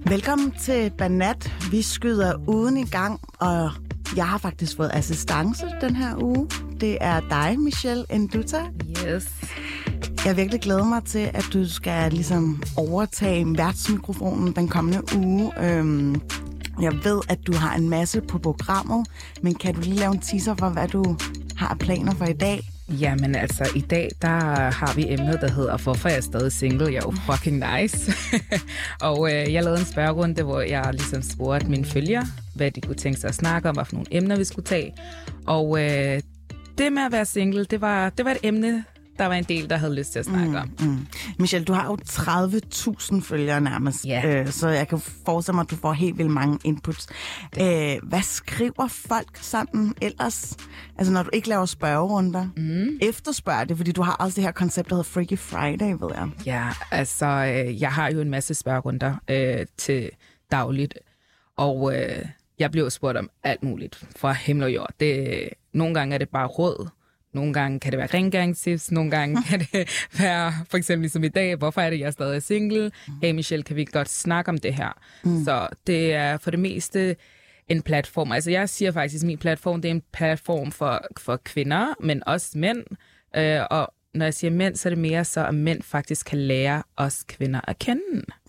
Velkommen til Banat. Vi skyder ugen i gang, og jeg har faktisk fået assistance den her uge. Det er dig, Michelle Nduta. Yes. Jeg virkelig glæder mig til, at du skal ligesom overtage værtsmikrofonen den kommende uge. Jeg ved, at du har en masse på programmet, men kan du lige lave en teaser for, hvad du har planer for i dag? Jamen altså, i dag, der har vi emnet, der hedder, hvorfor er jeg stadig single? Jeg er jo fucking nice. Og jeg lavede en spørgerunde, hvor jeg ligesom spurgte mine følgere, hvad de kunne tænke sig at snakke om, hvad for nogle emner vi skulle tage. Og det med at være single, det var et emne, der var en del, der havde lyst til at snakke om. Michelle, du har jo 30.000 følgere nærmest, så jeg kan forestille mig, at du får helt vildt mange inputs. Hvad skriver folk sådan ellers? Altså, når du ikke laver spørgerunder, efterspørger det, fordi du har også det her koncept, der hedder Freaky Friday, ved jeg. Ja, altså, jeg har jo en masse spørgerunder til dagligt, og jeg bliver spurgt om alt muligt fra himmel og jord. Nogle gange er det bare råd. Nogle gange kan det være rengøringstips, nogle gange kan det være, for eksempel ligesom i dag, hvorfor er det, jeg stadig er single? Hey Michelle, kan vi godt snakke om det her? Så det er for det meste en platform. Altså jeg siger faktisk, at min platform, det er en platform for kvinder, men også mænd. Og når jeg siger mænd, så er det mere så, at mænd faktisk kan lære os kvinder at kende.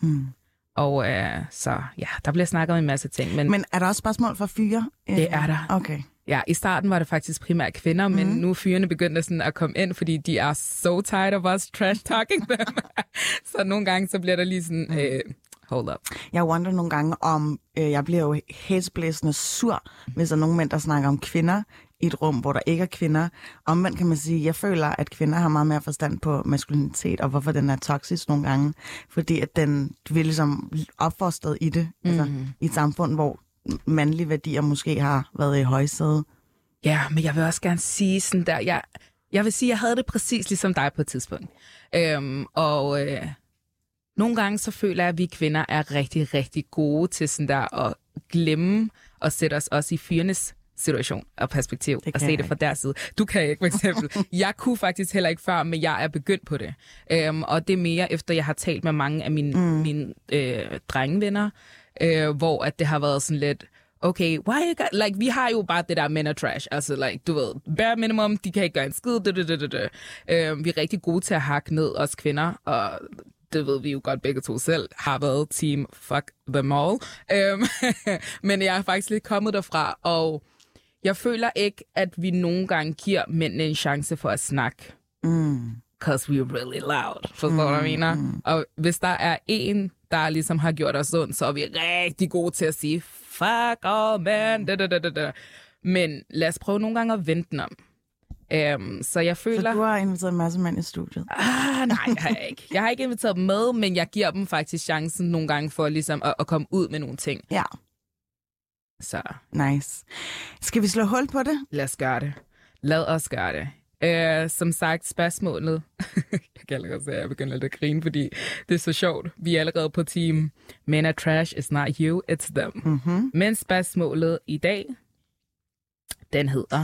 Og så ja, der bliver snakket om en masse ting. Men er der også spørgsmål for fyre? Det er der. Okay. Ja, i starten var det faktisk primært kvinder, men nu er fyrene begyndt sådan at komme ind, fordi de er so tired of us trash-talking them. Så nogle gange så bliver der lige sådan, hold up. Jeg wonder nogle gange om, jeg bliver jo hæsblæsende sur, hvis der er nogle mænd, der snakker om kvinder i et rum, hvor der ikke er kvinder. Omvendt kan man sige, jeg føler, at kvinder har meget mere forstand på maskulinitet, og hvorfor den er toksisk nogle gange. Fordi at den bliver ligesom opfostret i det, altså i et samfund, hvor mandlige værdier måske har været i højsædet. Ja, men jeg vil også gerne sige sådan der, jeg vil sige, jeg havde det præcis ligesom dig på et tidspunkt. Nogle gange så føler jeg, at vi kvinder er rigtig, rigtig gode til sådan der at glemme og sætte os også i fyrenes situation og perspektiv og se det fra deres side. Du kan ikke, for eksempel. Jeg kunne faktisk heller ikke før, men jeg er begyndt på det. Og det er mere efter, jeg har talt med mange af mine drengevenner, hvor at det har været sådan lidt, okay, why you got, like, vi har jo bare det der men er trash, altså, like, du ved, bare minimum, de kan ikke gøre en skid, vi er rigtig gode til at hakke ned, os kvinder, og det ved vi jo godt begge to selv, har været team fuck them all, men jeg er faktisk lidt kommet derfra, og jeg føler ikke, at vi nogle gange giver mændene en chance for at snakke, because we're really loud, forstår du, hvad jeg mener? Og hvis der er en, der ligesom har gjort os ondt, så er vi rigtig gode til at sige, fuck all man, Men lad os prøve nogle gange at vente den om. Så jeg føler... Så du har inviteret en masse mænd i studiet? Nej, jeg har ikke. Jeg har ikke inviteret dem med, men jeg giver dem faktisk chancen nogle gange for ligesom at komme ud med nogle ting. Ja. Så. Nice. Skal vi slå hul på det? Lad os gøre det. Lad os gøre det. Som sagt, spørgsmålet... jeg kan allerede sige, at jeg begynder lidt at grine, fordi det er så sjovt. Vi er allerede på team. Men er trash, it's not you, it's them. Men spørgsmålet i dag, den hedder...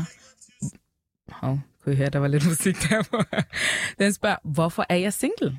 kunne I høre, der var lidt musik der. Den spørger, hvorfor er jeg single?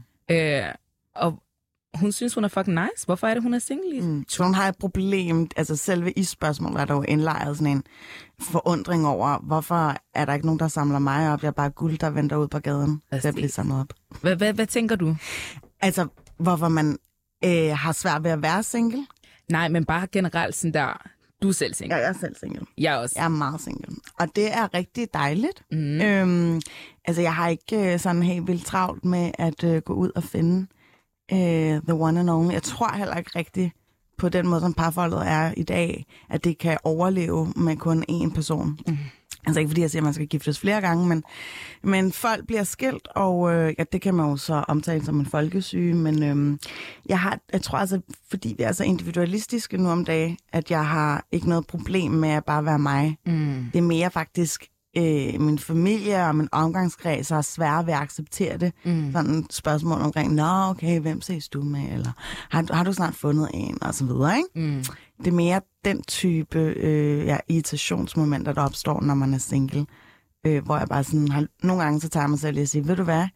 Og hun synes, hun er fucking nice. Hvorfor er det, hun er single? Så hun har et problem, altså selve i spørgsmålet er der jo indlejret sådan en forundring over, hvorfor er der ikke nogen, der samler mig op? Jeg er bare guld, der venter ud på gaden til at blive samlet op. Hvad tænker du? Altså, hvorfor man har svært ved at være single? Nej, men bare generelt sådan der, du er selv single. Ja, jeg er selv single. Jeg også. Jeg er meget single. Og det er rigtig dejligt. Altså, jeg har ikke sådan helt vildt travlt med at gå ud og finde the one and only. Jeg tror heller ikke rigtigt på den måde, som parforholdet er i dag, at det kan overleve med kun én person. Altså ikke fordi jeg siger, at man skal giftes flere gange, men folk bliver skilt, og det kan man jo så omtale som en folkesyge, men jeg tror altså, fordi vi er så individualistiske nu om dagen, at jeg har ikke noget problem med at bare være mig. Det er mere faktisk min familie og min omgangskreds har svært ved at acceptere det. Sådan et spørgsmål omkring, okay, hvem ses du med? Eller har du snart fundet en? Og så videre, ikke? Det er mere den type irritationsmomenter, der opstår, når man er single. Hvor jeg bare sådan, nogle gange så tager jeg mig selv og siger, ved du hvad?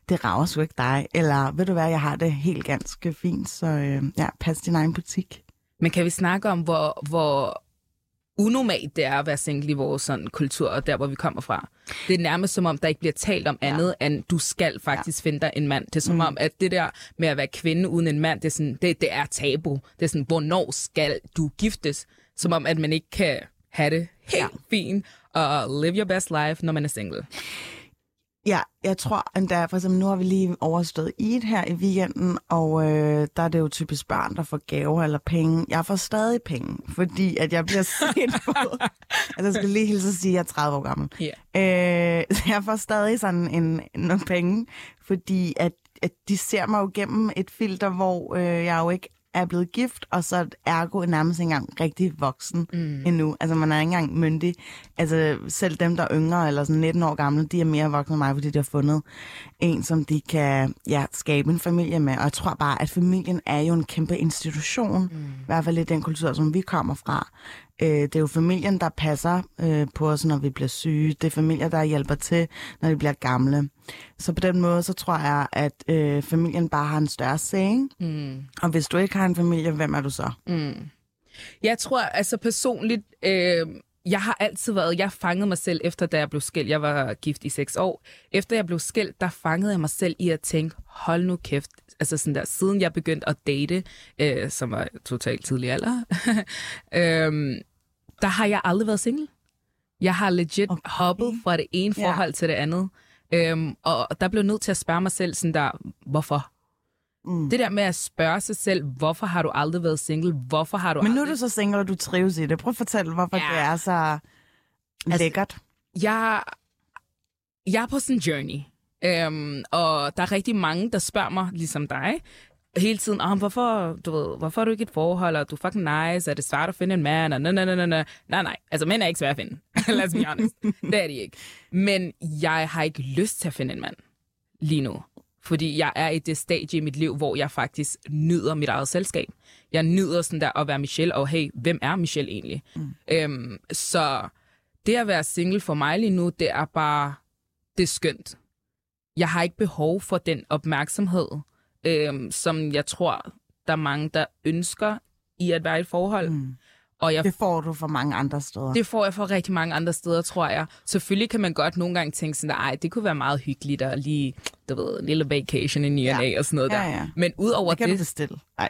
det rager sgu ikke dig, eller ved du hvad, jeg har det helt ganske fint, så pas din egen butik. Men kan vi snakke om, hvor unormalt det er at være single i vores sådan, kultur, og der, hvor vi kommer fra? Det er nærmest som om, der ikke bliver talt om andet, end du skal faktisk finde dig en mand. Det er som om, at det der med at være kvinde uden en mand, det er, sådan, det er tabu. Det er sådan, hvornår skal du giftes? Som om, at man ikke kan have det helt fint og live your best life, når man er single. Ja, jeg tror endda, for eksempel nu har vi lige overstået Eid her i weekenden, og der er det jo typisk børn, der får gaver eller penge. Jeg får stadig penge, fordi at jeg bliver set på. Altså jeg skal lige hilse at sige, at jeg er 30 år gammel. Yeah. Så jeg får stadig sådan nogle penge, fordi at de ser mig jo gennem et filter, hvor jeg jo ikke er blevet gift, og så ergo nærmest ikke engang rigtig voksen endnu. Altså, man er ikke engang myndig. Altså, selv dem, der er yngre, eller sådan 19 år gamle, de er mere voksne end mig, fordi de har fundet en, som de kan skabe en familie med. Og jeg tror bare, at familien er jo en kæmpe institution, i hvert fald i den kultur, som vi kommer fra. Det er jo familien, der passer på os, når vi bliver syge. Det er familier, der hjælper til, når vi bliver gamle. Så på den måde, så tror jeg, at familien bare har en større saying. Og hvis du ikke har en familie, hvem er du så? Jeg tror, altså personligt, jeg har altid været, jeg fangede mig selv efter, da jeg blev skilt. Jeg var gift i 6 år. Efter jeg blev skilt, der fangede jeg mig selv i at tænke, hold nu kæft. Altså sådan der, siden jeg begyndte at date, som var totalt tidlig alder, der har jeg aldrig været single. Jeg har legit hoppet fra det ene forhold til det andet. Og der blev nødt til at spørge mig selv sådan der, hvorfor? Det der med at spørge sig selv, hvorfor har du aldrig været single? Hvorfor har du Men nu er du så single, og du trives i det. Prøv at fortælle, hvorfor det er så lækkert. Jeg er på sådan en journey. Og der er rigtig mange, der spørger mig, ligesom dig, hele tiden, hvorfor er du ikke et forhold, og du er fucking nice, er det svært at finde en mand, og nej, altså mænd er ikke svært at finde, lad os be honest, det er de ikke. Men jeg har ikke lyst til at finde en mand lige nu, fordi jeg er i det stadie i mit liv, hvor jeg faktisk nyder mit eget selskab. Jeg nyder sådan der at være Michelle, og hey, hvem er Michelle egentlig? Så det at være single for mig lige nu, det er bare, det er skønt. Jeg har ikke behov for den opmærksomhed, som jeg tror, der er mange, der ønsker i at være i et forhold. Og det får du for mange andre steder. Det får jeg for rigtig mange andre steder, tror jeg. Selvfølgelig kan man godt nogle gange tænke sådan, ej, det kunne være meget hyggeligt at lige, du ved, en lille vacation i ny og næ og sådan noget der. Ja. Men udover det... kan du bestille. Nej.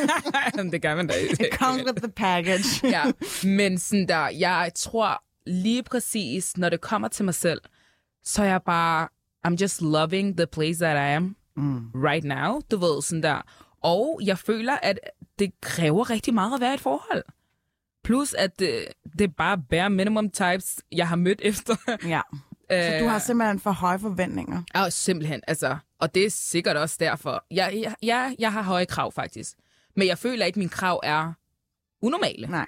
Det kan man da ikke. It comes with the package. Ja, men sådan der, jeg tror lige præcis, når det kommer til mig selv, så er jeg bare, I'm just loving the place that I am right now, du ved, sådan der. Og jeg føler, at det kræver rigtig meget at være i et forhold. Plus, at det er bare bare minimum types, jeg har mødt efter. Ja, så du har simpelthen for høje forventninger. Ja, simpelthen, altså. Og det er sikkert også derfor. Jeg har høje krav, faktisk. Men jeg føler ikke, at mine krav er unormale. Nej.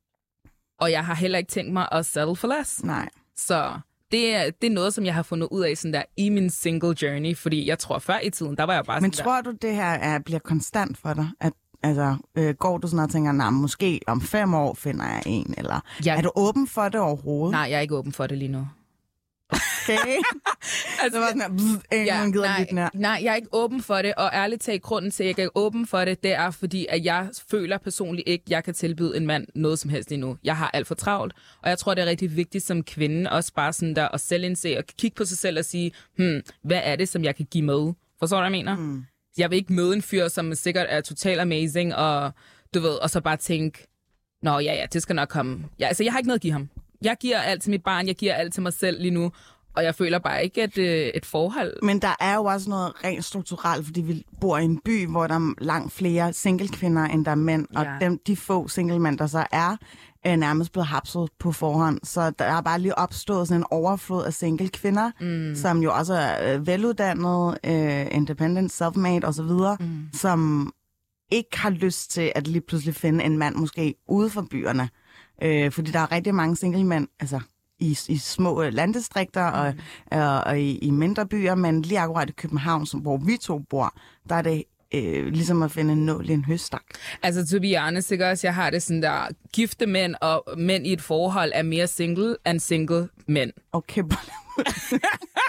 Og jeg har heller ikke tænkt mig at settle for less. Nej. Så det er noget, som jeg har fundet ud af sådan der, i min single journey. Fordi jeg tror, før i tiden, der var jeg bare Men sådan tror du, det her bliver konstant for dig? At går du sådan og tænker, nej, måske om 5 år finder jeg en? Eller er du åben for det overhovedet? Nej, jeg er ikke åben for det lige nu. Okay. Altså, det var sådan nej, jeg er ikke åben for det, og ærligt talt, grunden til, at jeg ikke er åben for det, det er fordi, at jeg føler personligt ikke, at jeg kan tilbyde en mand noget som helst lige nu. Jeg har alt for travlt, og jeg tror, det er rigtig vigtigt som kvinde, også bare sådan der at selvindse og kigge på sig selv og sige, hvad er det, som jeg kan give med? Forstår du, hvad jeg mener? Jeg vil ikke møde en fyr, som sikkert er totalt amazing, og du ved, og så bare tænke, nå ja, det skal nok komme. Ja, altså, jeg har ikke noget at give ham. Jeg giver alt til mit barn, jeg giver alt til mig selv lige nu, og jeg føler bare ikke, at et forhold... Men der er jo også noget rent strukturelt, fordi vi bor i en by, hvor der er langt flere single-kvinder, end der er mænd, og de få single-mænd, der så er nærmest blevet hapset på forhånd. Så der er bare lige opstået sådan en overflod af single-kvinder, som jo også er veluddannede, independent, self-made osv., som ikke har lyst til at lige pludselig finde en mand måske ude for byerne. Fordi der er rigtig mange single-mænd, altså i små landdistrikter og i mindre byer, men lige akkurat i København, hvor vi to bor, der er det ligesom at finde en nål i en høstak. Altså, to be honest, ikke også? Jeg har det sådan der, gifte mænd og mænd i et forhold er mere single end single mænd. Okay.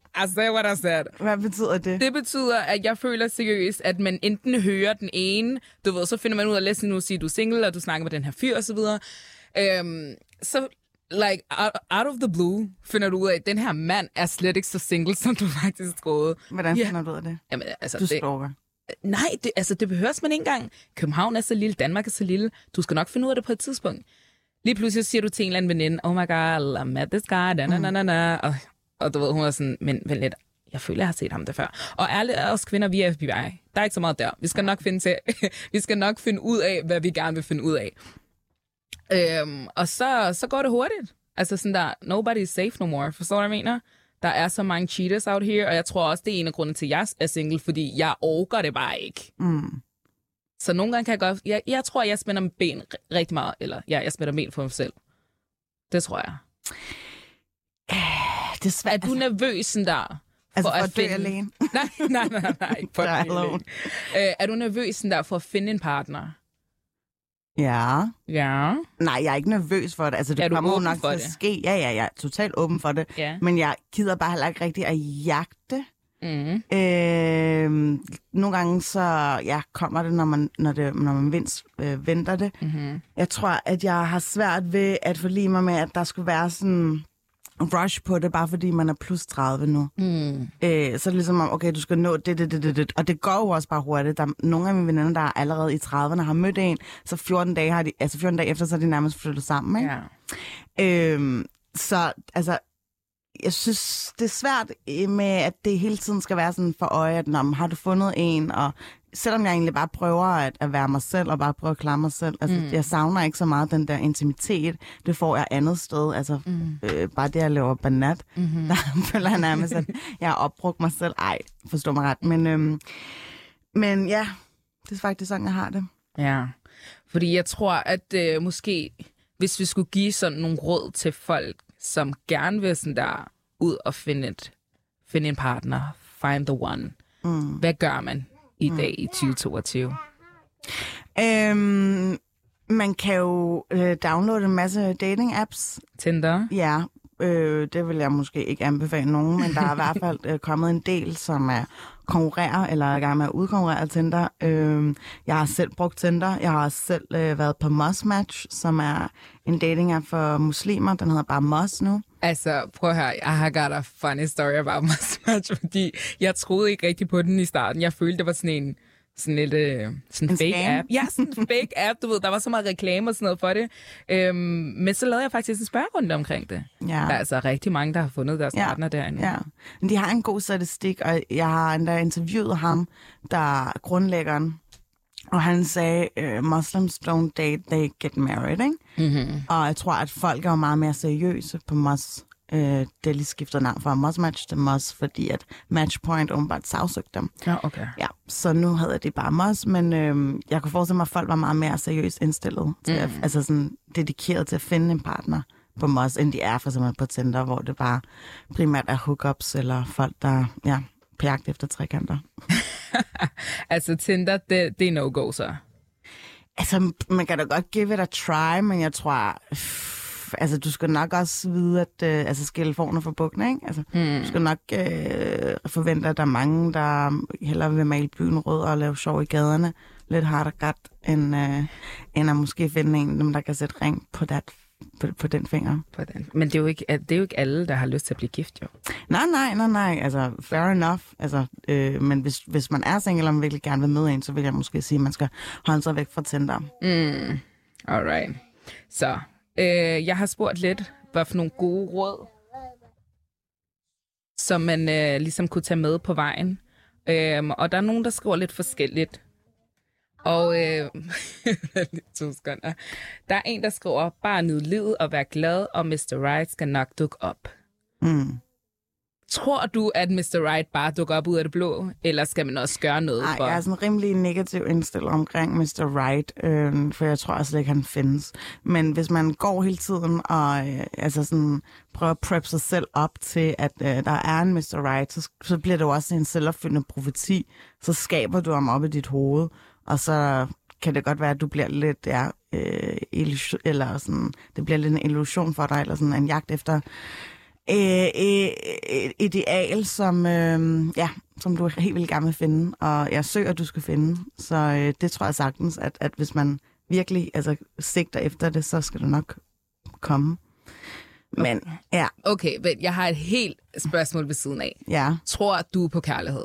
I said what I said. Hvad betyder det? Det betyder, at jeg føler seriøst, at man enten hører den ene, du ved, så finder man ud af, lad nu sige, du er single, og du snakker med den her fyr, og så videre. Så, like, out of the blue, finder du ud af, at den her mand er slet ikke så single, som du faktisk troede. Hvordan finder du ud af det? Jamen, altså, du stalker. Nej, det behøves man ikke engang. København er så lille, Danmark er så lille. Du skal nok finde ud af det på et tidspunkt. Lige pludselig siger du til en eller anden veninde, oh my god, I met this guy, og du ved, hun er sådan, men vel lidt, jeg føler, jeg har set ham der før. Og ærligt, os kvinder, vi er FBI. Der er ikke så meget der. Vi skal nok finde ud af, hvad vi gerne vil finde ud af. Og så går det hurtigt. Altså sådan der, nobody is safe no more. Forstår du, hvad jeg mener? Der er så mange cheaters out here, og jeg tror også, det er en af grunden til, at jeg er single, fordi jeg orker det bare ikke. Så nogle gange kan jeg godt... Jeg tror, jeg spænder med ben rigtig meget, eller jeg spænder ben for mig selv. Det tror jeg. Det er svært. Er du nervøs sådan der? For at dø alene? Nej. For alene. Er du nervøs sådan der for at finde en partner? Ja. Nej, jeg er ikke nervøs for det. Altså, det kommer jo nok til at ske. Ja, jeg er totalt åben for det. Ja. Men jeg gider bare heller ikke rigtig at jagte. Nogle gange så kommer det, når man venter det. Jeg tror, at jeg har svært ved at forlige mig med, at der skulle være sådan rush på det, bare fordi man er plus 30 nu. Så er det ligesom om, okay, du skal nå det. Og det går jo også bare hurtigt. Der er nogle af mine veninder, der allerede i 30'erne har mødt en, så 14 dage efter, så er de nærmest flyttet sammen, ikke? Ja. Så altså, jeg synes, det er svært med, at det hele tiden skal være sådan for øje, at har du fundet en, og selvom jeg egentlig bare prøver at være mig selv, og bare prøver at klare mig selv, altså jeg savner ikke så meget den der intimitet, det får jeg andet sted, altså bare det, jeg laver banat, der føler jeg nærmest, at jeg har opbrugt mig selv. Ej, forstår mig ret, men ja, det er faktisk sådan, jeg har det. Ja, fordi jeg tror, at måske, hvis vi skulle give sådan nogle råd til folk, som gerne vil sådan der ud og finde en partner, find the one. Hvad gør man i dag i 2022? Man kan jo downloade en masse dating-apps. Tinder? Ja, det vil jeg måske ikke anbefale nogen, men der er i hvert fald kommet en del, som er konkurrerer, eller er i gang med at udkonkurrere Tinder. Jeg har selv brugt Tinder. Jeg har selv været på Mossmatch, som er en dating-app for muslimer. Den hedder bare Moss nu. Altså, prøv at høre. I have got a funny story about Mossmatch, fordi jeg troede ikke rigtig på den i starten. Jeg følte, det var sådan en fake scam? App. Ja, sådan en fake app, du ved. Der var så meget reklame og sådan noget for det. Men så lavede jeg faktisk en spørgerunde omkring det. Ja. Der er altså rigtig mange, der har fundet deres partner derinde. Ja, men de har en god statistik, og jeg har endda interviewet ham, der er grundlæggeren, og han sagde, Muslims don't date, they get married, ikke? Og jeg tror, at folk er meget mere seriøse på Moss. Det er lige skiftet navn fra Mossmatch til Moss, fordi at Matchpoint åbenbart sagsøgte dem. Ja, okay. Ja, så nu hedder det bare Moss, men jeg kunne forestille mig, at folk var meget mere seriøst indstillet, til altså sådan dedikeret til at finde en partner på Moss, end de er for eksempel på Tinder, hvor det bare primært er hookups eller folk, der på jagt efter trekanter. Altså Tinder, det er no-go så? Altså, man kan da godt give it a try, men jeg tror... Altså, du skal nok også vide, at skille forne fra bukkene, ikke? Altså, du skal nok forvente, at der er mange, der hellere vil male byen rød og lave sjov i gaderne. Lidt hardt og godt, end at måske finde en, der kan sætte ring på den finger. Men det er jo ikke alle, der har lyst til at blive gift, jo. Nej. Altså, fair enough. Altså, men hvis man er single, og man virkelig gerne vil møde en, så vil jeg måske sige, at man skal holde sig væk fra Tinder. Alright. Så... jeg har spurgt lidt, hvad for nogle gode råd, som man ligesom kunne tage med på vejen. Og der er nogen, der skriver lidt forskelligt. Og der er en, der skriver, bare nyd livet og være glad, og Mr. Right skal nok dukke op. Tror du, at Mr. Right bare dukker op ud af det blå, eller skal man også gøre noget for? Jeg er sådan rimelig negativ indstillet omkring Mr. Right, for jeg tror slet ikke, han findes. Men hvis man går hele tiden og prøver at prep sig selv op til, at der er en Mr. Right, så bliver det jo også en selvopfyldende profeti. Så skaber du ham op i dit hoved, og så kan det godt være, at du bliver lidt, eller sådan, det bliver lidt en illusion for dig, eller sådan en jagt efter ideal, som du helt vildt gerne vil finde, og jeg søger, du skal finde. Så det tror jeg sagtens, at hvis man virkelig sigter efter det, så skal det nok komme. Men ja. Okay, men jeg har et helt spørgsmål ved siden af. Ja. Tror du på kærlighed?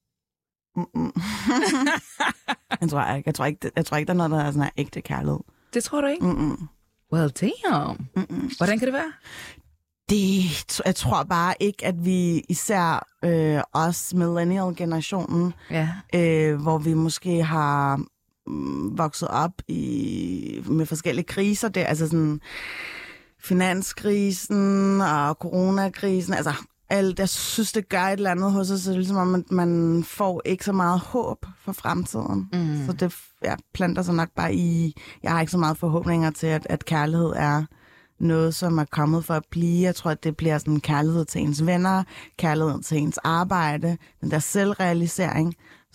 Jeg tror ikke, der er noget, der er sådan her ægte kærlighed. Det tror du ikke? Well, damn. Hvordan kan det være? Jeg tror bare ikke, at vi især os millennial-generationen, hvor vi måske har vokset op med forskellige kriser, det altså sådan finanskrisen og coronakrisen, altså alt, jeg synes, det gør et eller andet hos os, så det er ligesom om, at man får ikke så meget håb for fremtiden. Så det planter sig nok bare jeg har ikke så meget forhåbninger til, at kærlighed er noget, som er kommet for at blive. Jeg tror, at det bliver sådan kærlighed til ens venner, kærlighed til ens arbejde, den der selvrealisering,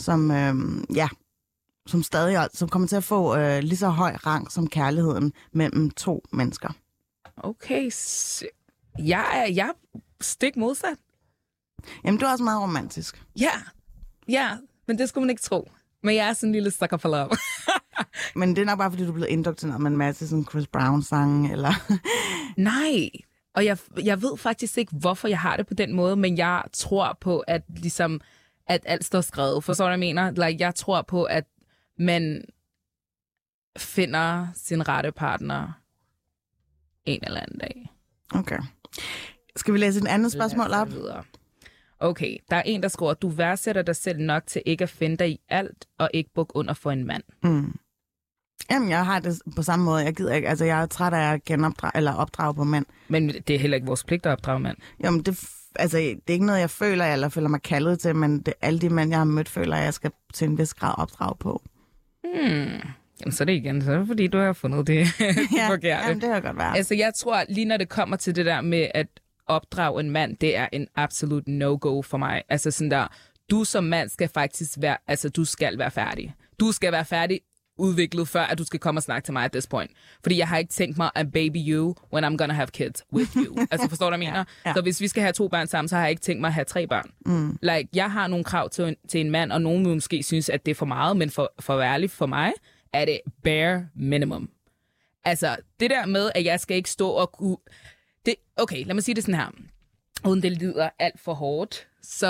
som stadig som kommer til at få lige så høj rang som kærligheden mellem to mennesker. Okay, jeg er stik modsat. Jamen, du er også meget romantisk. Ja, men det skulle man ikke tro. Men jeg er sådan en lille sucker for love. Men det er nok bare, fordi du er blevet indoktrineret med en masse sådan Chris Brown-sange, eller... Nej, og jeg ved faktisk ikke, hvorfor jeg har det på den måde, men jeg tror på, at ligesom, at alt står skrevet. Forstår du, hvad jeg mener? Jeg tror på, at man finder sin rette partner en eller anden dag. Okay. Skal vi læse et andet spørgsmål op? Okay, der er en, der skriver, at du værdsætter dig selv nok til ikke at finde dig i alt, og ikke bukke under for en mand. Jamen, jeg har det på samme måde. Jeg gider ikke. Altså, jeg er træt af at opdrage på mænd. Men det er heller ikke vores pligt at opdrage mænd. Jamen, det er ikke noget, jeg føler, eller føler mig kaldet til, men alle de mænd, jeg har mødt, føler jeg skal til en vis grad opdrage på. Jamen, så er det igen. Så er det, fordi du har fundet det forkert. Jamen, det kan godt være. Altså, jeg tror, lige når det kommer til det der med at opdrage en mand, det er en absolut no-go for mig. Altså sådan der, du som mand skal faktisk være, altså du skal være færdig. Du skal være færdig udviklet, før at du skal komme og snakke til mig at this point. Fordi jeg har ikke tænkt mig at baby you when I'm gonna have kids with you. Altså forstår du, hvad jeg mener? Ja. Så hvis vi skal have 2 børn sammen, så har jeg ikke tænkt mig at have 3 børn. Like, jeg har nogle krav til en mand, og nogen vil måske synes, at det er for meget, men for ærligt for mig, er det bare minimum. Altså, det der med, at jeg skal ikke stå og kunne... Okay, lad mig sige det sådan her. Uden det lyder alt for hårdt. Så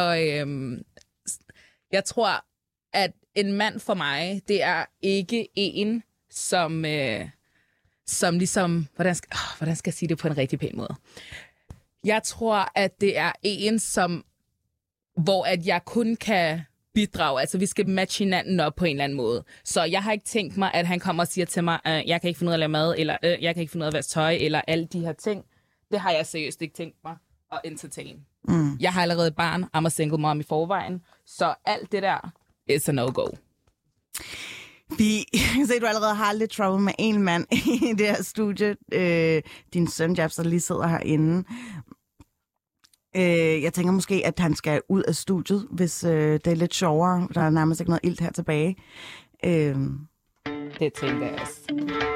jeg tror, at en mand for mig, det er ikke en, som ligesom... Hvordan skal jeg sige det på en rigtig pæn måde? Jeg tror, at det er en, hvor at jeg kun kan bidrage. Altså, vi skal matche hinanden op på en eller anden måde. Så jeg har ikke tænkt mig, at han kommer og siger til mig, jeg kan ikke finde ud af at lave mad, eller jeg kan ikke finde ud af at vaske tøj, eller alle de her ting. Det har jeg seriøst ikke tænkt mig at entertain. Jeg har allerede et barn, I'm a single mom i forvejen, så alt det der is a no-go. Jeg kan se, at du allerede har lidt trouble med en mand i det her studie. Din søn, Jabs, der lige sidder herinde. Jeg tænker måske, at han skal ud af studiet, hvis det er lidt sjovere. Der er nærmest ikke noget ilt her tilbage. Det tænker jeg også.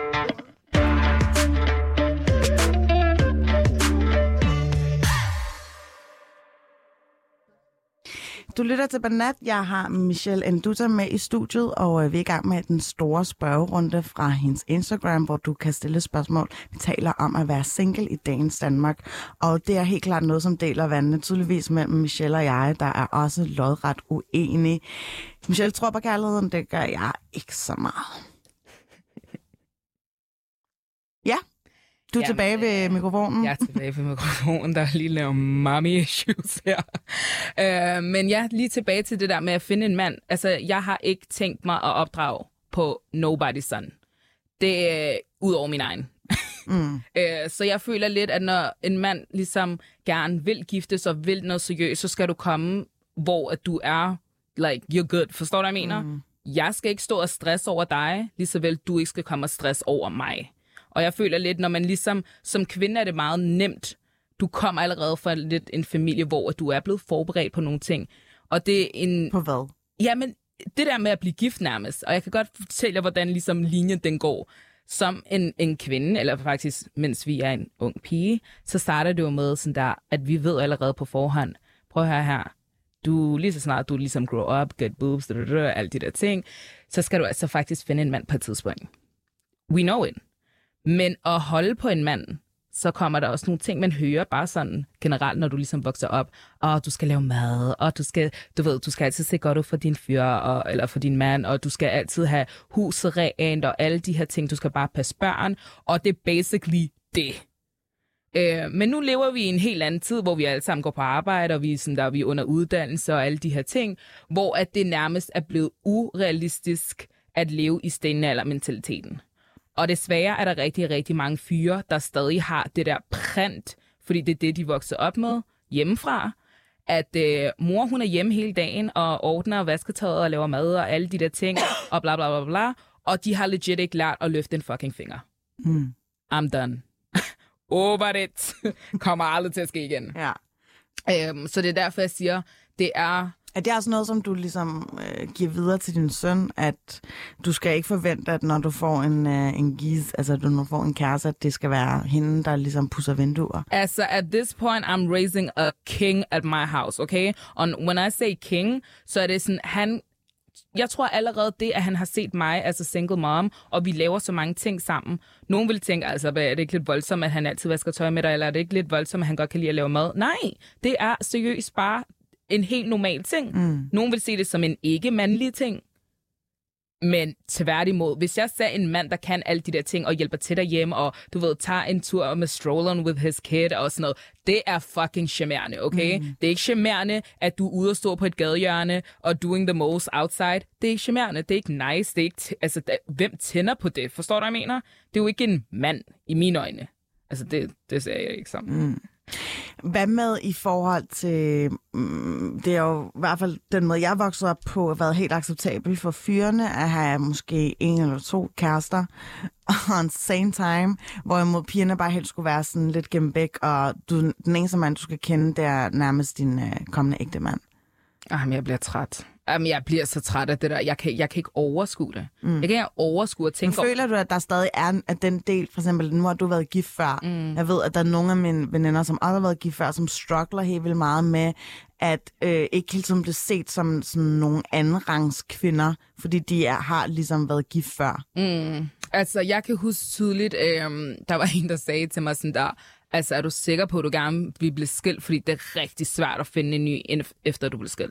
Du lytter til Banat. Jeg har Michelle Enduta med i studiet, og vi er i gang med den store spørgerunde fra hendes Instagram, hvor du kan stille spørgsmål. Vi taler om at være single i dagens Danmark, og det er helt klart noget, som deler vandene tydeligvis mellem Michelle og jeg, der er også lodret uenige. Michelle tror på kærligheden, det gør jeg ikke så meget. Ja. Du er tilbage ved mikrofonen. Jeg er tilbage ved mikrofonen, der lige laver mommy issues her. Men ja, lige tilbage til det der med at finde en mand. Altså, jeg har ikke tænkt mig at opdrage på nobody's son. Det er ud over min egen. Så jeg føler lidt, at når en mand ligesom gerne vil giftes og vil noget seriøst, så skal du komme, hvor at du er, like, you're good. Forstår du, hvad jeg mener? Jeg skal ikke stå og stresse over dig, lige så vel du ikke skal komme og stresse over mig. Og jeg føler lidt, når man ligesom, som kvinde er det meget nemt. Du kommer allerede fra lidt en familie, hvor du er blevet forberedt på nogle ting. Og det er en... På hvad? Jamen, det der med at blive gift nærmest. Og jeg kan godt fortælle jer, hvordan ligesom linjen den går. som en kvinde, eller faktisk mens vi er en ung pige, så starter det jo med sådan der, at vi ved allerede på forhånd, prøv at høre her, lige så snart du ligesom grow up, get boobs, alle de der ting, så skal du altså faktisk finde en mand på et tidspunkt. We know it. Men at holde på en mand, så kommer der også nogle ting, man hører bare sådan generelt, når du ligesom vokser op. Du skal lave mad, og du skal altid se godt ud for din fyr, eller for din mand, og du skal altid have huset rent, og alle de her ting, du skal bare passe børn, og det er basically det. Men nu lever vi i en helt anden tid, hvor vi alle sammen går på arbejde, og vi er under uddannelse og alle de her ting, hvor at det nærmest er blevet urealistisk at leve i stenaldermentaliteten. Og desværre er der rigtig, rigtig mange fyre, der stadig har det der print, fordi det er det, de vokser op med hjemmefra, at mor, hun er hjemme hele dagen og ordner vasketøjet og laver mad og alle de der ting, og bla bla bla bla, og de har legit ikke lært at løfte en fucking finger. I'm done. Over it. Kommer aldrig til at ske igen. Ja. Så det er derfor, jeg siger, det er... Er det også noget, som du ligesom giver videre til din søn, at du skal ikke forvente, at når du får en giz, altså når du får en kæreste, at det skal være hende, der ligesom pusser vinduer? Altså, at this point, I'm raising a king at my house, okay? And when I say king, så er det sådan, jeg tror allerede det, at han har set mig as a single mom, og vi laver så mange ting sammen. Nogen vil tænke, altså, er det ikke lidt voldsomt, at han altid vasker tøj med dig, eller er det ikke lidt voldsomt, at han godt kan lide at lave mad? Nej, det er seriøst bare en helt normal ting. Nogen vil se det som en ikke-mandlig ting. Men tværtimod, hvis jeg ser en mand, der kan alle de der ting, og hjælper til derhjemme, og du ved, tager en tur med strolleren with his kid, og sådan noget, det er fucking charmerende, okay? Det er ikke charmerende, at du er ude og stå på et gadehjørne, og doing the most outside. Det er ikke charmerende, det er ikke nice, det er ikke hvem tænder på det? Forstår du, hvad jeg mener? Det er jo ikke en mand, i mine øjne. Altså, det ser jeg ikke sammen. Hvad med i forhold til, det er jo i hvert fald den måde, jeg voksede op på, har været helt acceptabel for fyrene at have måske 1 eller 2 kærester on same time, hvorimod pigerne bare helt skulle være sådan lidt gemt væk, og den eneste mand, du skal kende, det er nærmest din kommende ægte mand. Jamen, jeg bliver træt. Jamen, jeg bliver så træt af det der. Jeg kan ikke overskue det. Jeg kan ikke overskue at tænke over. Føler du, at der stadig er at den del, for eksempel, nu har du været gift før. Jeg ved, at der er nogle af mine veninder, som også har været gift før, som struggler helt vildt meget med, at ikke helt som det set som nogle andenrangs kvinder, fordi de har ligesom været gift før. Altså, jeg kan huske tydeligt, der var en, der sagde til mig sådan der, altså, er du sikker på, at du gerne vil blive skilt, fordi det er rigtig svært at finde en ny, efter du bliver skilt.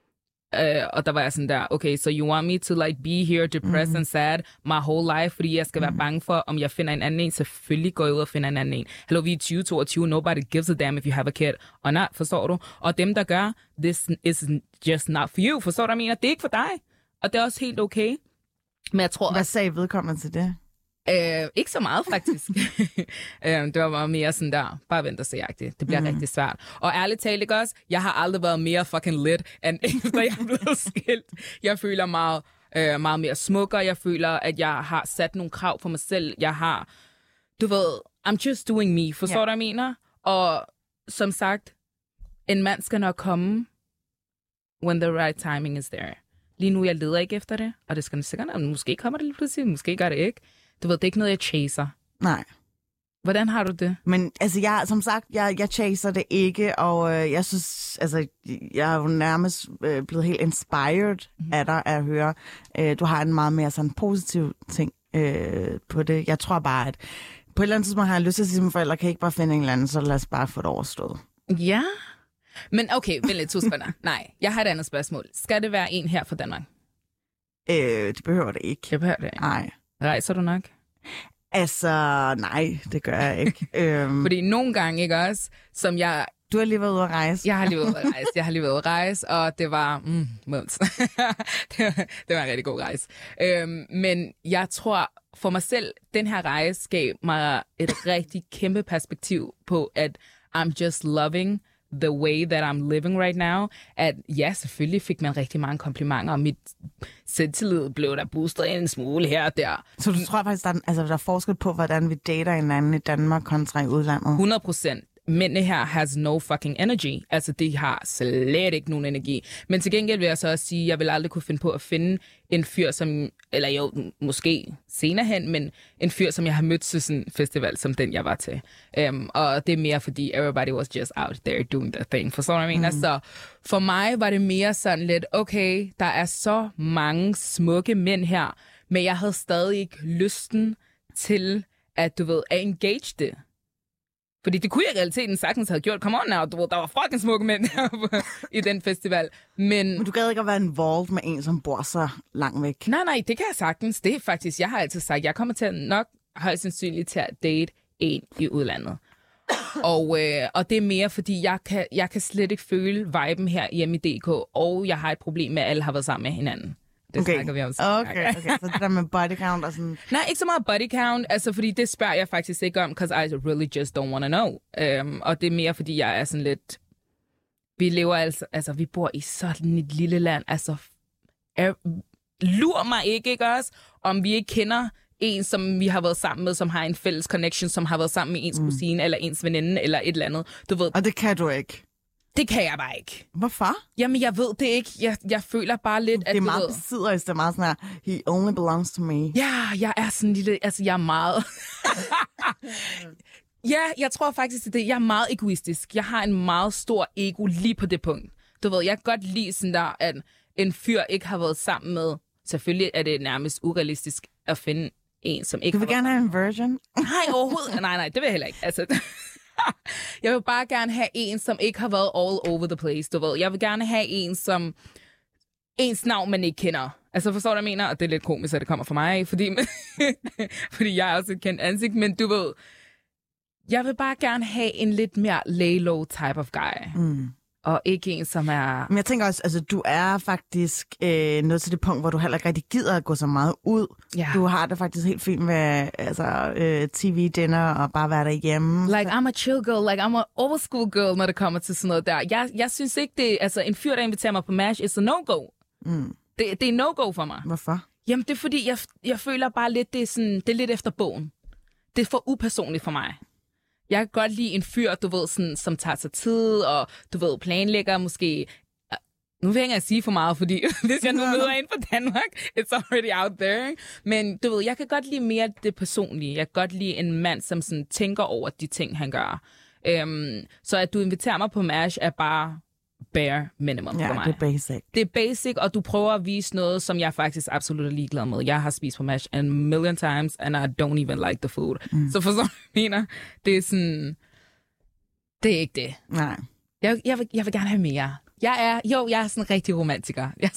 Og der var jeg sådan der, okay, so you want me to like be here depressed and sad my whole life, fordi jeg skal være bange for, om jeg finder en anden en. Selvfølgelig går jeg ud og finder en anden en. Hello, vi er 2022, nobody gives a damn if you have a kid or not, forstår du? Og dem, der gør, this is just not for you, forstår du, jeg mener? Det er ikke for dig, og det er også helt okay. Men jeg tror... Hvad sagde vedkommende til det? Ikke så meget, faktisk. Det var bare mere sådan der, bare vent og se-agtigt. Det bliver rigtig svært. Og ærligt talt, ikke også? Jeg har aldrig været mere fucking lit, end efter jeg er blevet skilt. Jeg føler meget mere smukkere. Jeg føler, at jeg har sat nogle krav for mig selv. Jeg har, du ved, I'm just doing me. Forstår du, hvad jeg mener? Og som sagt, en mand skal nok komme, when the right timing is there. Lige nu, jeg leder ikke efter det, og det skal sikkert, måske kommer det lige pludselig, måske gør det ikke. Du ved, det er ikke noget, jeg chaser. Nej. Hvordan har du det? Men altså, jeg chaser det ikke, og jeg synes, altså, jeg er jo nærmest blevet helt inspired af dig at høre. Du har en meget mere sådan positiv ting på det. Jeg tror bare, at på et eller andet tidspunkt har jeg lyst til at sige til mine forældre, kan ikke bare finde en eller anden, så lad os bare få det overstået. Ja. Men okay, vent lidt, Nej, jeg har et andet spørgsmål. Skal det være en her fra Danmark? Det behøver det ikke. Det behøver det ikke? Nej. Rejser du nok? Altså, nej, det gør jeg ikke. Fordi nogle gange, ikke også, som jeg... Du har lige været ude at rejse. Jeg har lige været ude at rejse, og det var... det var en rigtig god rejse. Men jeg tror, for mig selv, den her rejse gav mig et rigtig kæmpe perspektiv på, at I'm just loving the way that I'm living right now, at ja, selvfølgelig fik man rigtig mange komplimenter, og mit selvtillid blev der boostet en smule her og der. Så du tror faktisk, der er forskel på, hvordan vi dater hinanden i Danmark kontra i udlandet? 100%. Mændene her has no fucking energy. Altså, de har slet ikke nogen energi. Men til gengæld vil jeg så også sige, at jeg vil aldrig kunne finde på at finde en fyr, som eller jo, måske senere hen, men en fyr, som jeg har mødt til sådan en festival, som den, jeg var til. Og det er mere, fordi everybody was just out there doing their thing. Forstår du, hvad jeg mener? Så for mig var det mere sådan lidt, okay, der er så mange smukke mænd her, men jeg havde stadig ikke lysten til at, du ved, at engage det. Fordi det kunne jeg i realiteten sagtens have gjort. Come on now, du ved, der var fucking smukke mænd i den festival. Men du gad ikke at være involved med en, som bor så langt væk? Nej, det kan jeg sagtens. Det er faktisk, jeg har altid sagt, jeg kommer til nok højst sandsynligt til at date en i udlandet. Og det er mere, fordi jeg kan slet ikke føle viben her hjemme i DK, og jeg har et problem med, at alle har været sammen med hinanden. Det snakker vi om. Okay. Så det der med body count og sådan... Nej, ikke så meget body count, altså fordi det spørger jeg faktisk ikke om, because I really just don't want to know. Og det er mere, fordi jeg er sådan lidt... Vi lever altså vi bor i sådan et lille land, altså... Lur mig ikke også, om vi ikke kender en, som vi har været sammen med, som har en fælles connection, som har været sammen med ens kusine, eller ens veninde, eller et eller andet. Du ved. Og det kan du ikke? Det kan jeg bare ikke. Hvorfor? Jamen, jeg ved det ikke. Jeg føler bare lidt, at det er meget besidderisk. Det er meget sådan her, he only belongs to me. Ja, jeg er sådan lille... Altså, jeg er meget... Ja, jeg tror faktisk, det. Jeg er meget egoistisk. Jeg har en meget stor ego lige på det punkt. Du ved, jeg kan godt lide sådan der, at en fyr ikke har været sammen med... Selvfølgelig er det nærmest urealistisk at finde en, som ikke... Du vil gerne have en virgin? Nej, overhovedet. Nej, det vil jeg heller ikke. Altså... Jeg vil bare gerne have en, som ikke har været all over the place, du ved. Jeg vil gerne have en, som... Ens navn, man ikke kender. Altså, forstår du, hvad jeg mener? Og det er lidt komisk, at det kommer fra mig, fordi jeg er også et kendt ansigt, men du ved... Jeg vil bare gerne have en lidt mere lay-low type of guy. Og ikke en, som er... Men jeg tænker også, altså, du er faktisk nået til det punkt, hvor du heller ikke rigtig gider at gå så meget ud. Ja. Du har det faktisk helt fint med TV-dinner og bare være derhjemme. Like, I'm a chill girl. Like, I'm a old school girl, når det kommer til sådan noget der. Jeg synes ikke, det... Altså, en fyr, der inviterer mig på MASH, is a no-go. Det er no-go for mig. Hvorfor? Jamen, det er fordi, jeg føler bare lidt, det er lidt efter bogen. Det er for upersonligt for mig. Jeg kan godt lide en fyr, du ved, sådan, som tager sig tid, og du ved, planlægger måske... Nu vil jeg ikke sige for meget, fordi hvis jeg nu møder en fra Danmark, it's already out there. Men du ved, jeg kan godt lide mere det personlige. Jeg kan godt lide en mand, som sådan tænker over de ting, han gør. Så at du inviterer mig på MASH er bare bare minimum for mig. Ja, det er basic. Det er basic, og du prøver at vise noget, som jeg faktisk absolut er ligeglad med. Jeg har spist på MASH a million times, and I don't even like the food. Så for så mener, det er sådan... Det er ikke det. Nej. Jeg vil gerne have mere. Jeg er sådan en rigtig romantiker. Jeg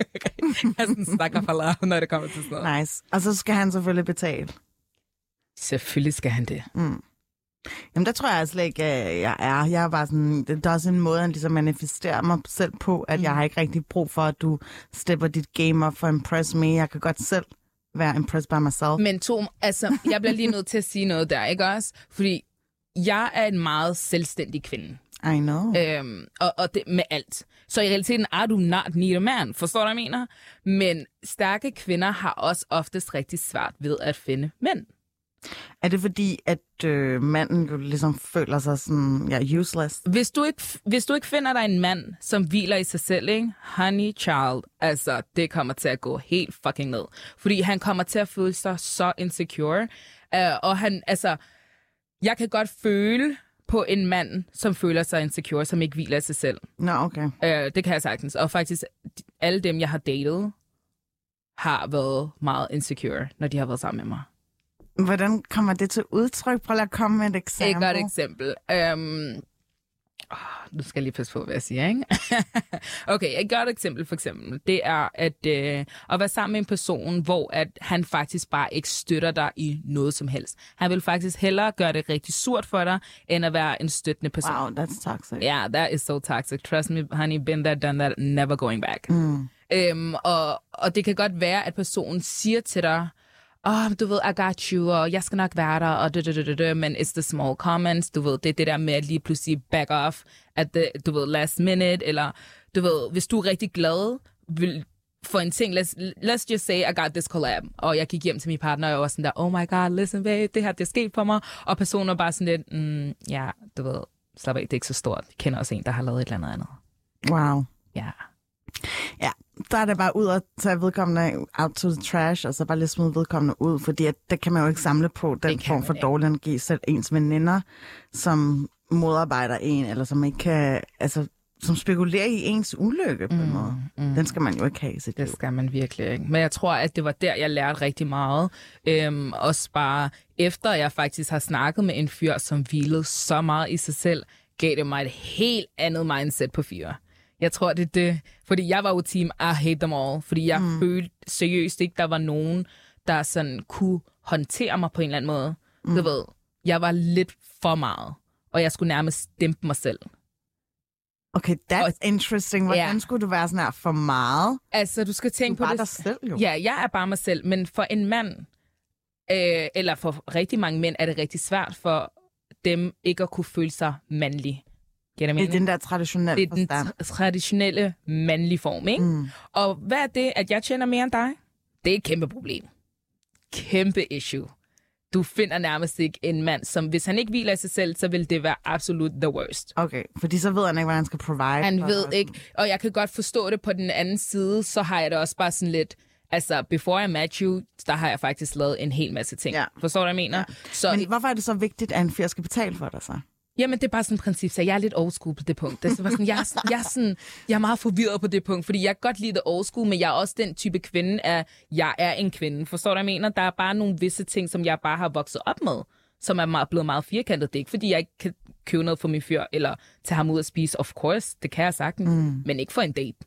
er sådan en snakker for love, når det kommer til sådan noget. Nice. Og så skal han selvfølgelig betale. Selvfølgelig skal han det. Jamen, der tror jeg slet ikke, jeg er. Jeg er bare sådan, det er også en måde, at ligesom manifesterer mig selv på, at jeg har ikke rigtig brug for, at du stepper dit game op for at impress me. Jeg kan godt selv være impressed by myself. Men altså, jeg bliver lige nødt til at sige noget der, ikke også? Fordi jeg er en meget selvstændig kvinde. I know. Og det med alt. Så i realiteten er du not need a man. Forstår du, hvad jeg mener? Men stærke kvinder har også oftest rigtig svært ved at finde mænd. Er det fordi, at manden jo ligesom føler sig sådan, useless? Hvis du ikke finder dig en mand, som hviler i sig selv, ikke? Honey child, altså, det kommer til at gå helt fucking ned. Fordi han kommer til at føle sig så insecure. Og han, altså, jeg kan godt føle på en mand, som føler sig insecure, som ikke hviler i sig selv. Nå, okay. Det kan jeg sagtens. Og faktisk, alle dem, jeg har datet, har været meget insecure, når de har været sammen med mig. Hvordan kommer det til udtryk? Prøv at komme med et eksempel. Et godt eksempel. Nu skal jeg lige passe på, hvad jeg siger, ikke? Okay, et godt eksempel for eksempel, det er at være sammen med en person, hvor at han faktisk bare ikke støtter dig i noget som helst. Han vil faktisk hellere gøre det rigtig surt for dig, end at være en støttende person. Wow, that's toxic. Yeah, that is so toxic. Trust me, honey, been there, done that, never going back. Og det kan godt være, at personen siger til dig, du ved, I got you, og jeg skal nok være der, og men it's the small comments, du ved, det er det der med at lige pludselig back off at the, du ved, last minute, eller du ved, hvis du er rigtig glad for en ting, let's just say, I got this collab, og jeg gik hjem til min partner, og jeg var sådan der, oh my god, listen babe, det her, det er sket for mig, og personen var bare sådan lidt, ja, du ved, slap af, det er ikke så stort, jeg kender også en, der har lavet et eller andet. Wow. Ja. Ja, der er det bare ud at tage vedkommende out to the trash, og så bare lidt smide vedkommende ud, fordi det kan man jo ikke samle på, den form for dårlig energi, selv ens veninder, som modarbejder en, eller som ikke kan, altså, som spekulerer i ens ulykke på en måde. Den skal man jo ikke have i sit liv. Det skal man virkelig ikke. Men jeg tror, at det var der, jeg lærte rigtig meget. Også bare efter jeg faktisk har snakket med en fyr, som hvilede så meget i sig selv, gav det mig et helt andet mindset på fyre. Jeg tror, det er det. Fordi jeg var jo team, I hate them all. Fordi jeg følte seriøst ikke, der var nogen, der sådan kunne håndtere mig på en eller anden måde. Du ved, jeg var lidt for meget. Og jeg skulle nærmest dæmpe mig selv. Okay, that's interesting. Hvordan skulle du være sådan her for meget? Altså, du skal tænke på det. Du er bare dig selv, jo. Ja, jeg er bare mig selv. Men for en mand, eller for rigtig mange mænd, er det rigtig svært for dem ikke at kunne føle sig mandlige. Det er den der traditionelle forstand. Det er den traditionelle mandlige form, ikke? Og hvad er det, at jeg tjener mere end dig? Det er et kæmpe problem. Kæmpe issue. Du finder nærmest ikke en mand, som hvis han ikke hviler i sig selv, så vil det være absolut the worst. Okay, fordi så ved han ikke, hvordan han skal provide. Han ved ikke, og jeg kan godt forstå det på den anden side, så har jeg det også bare sådan lidt, altså before I met you, der har jeg faktisk lavet en hel masse ting. Ja. Forstår du, hvad jeg mener? Ja. Så, men hvorfor er det så vigtigt, at en fyr skal betale for dig så? Jamen, det er bare sådan et princip, så jeg er lidt old school på det punkt. Det er sådan, jeg er meget forvirret på det punkt, fordi jeg kan godt lide det old school, men jeg er også den type kvinde, at jeg er en kvinde. Forstår du, hvad jeg mener? Der er bare nogle visse ting, som jeg bare har vokset op med, som er blevet meget firkantet. Det er ikke, fordi jeg ikke kan købe noget for min fyr, eller tage ham ud at spise. Of course, det kan jeg sagtens, men ikke for en date.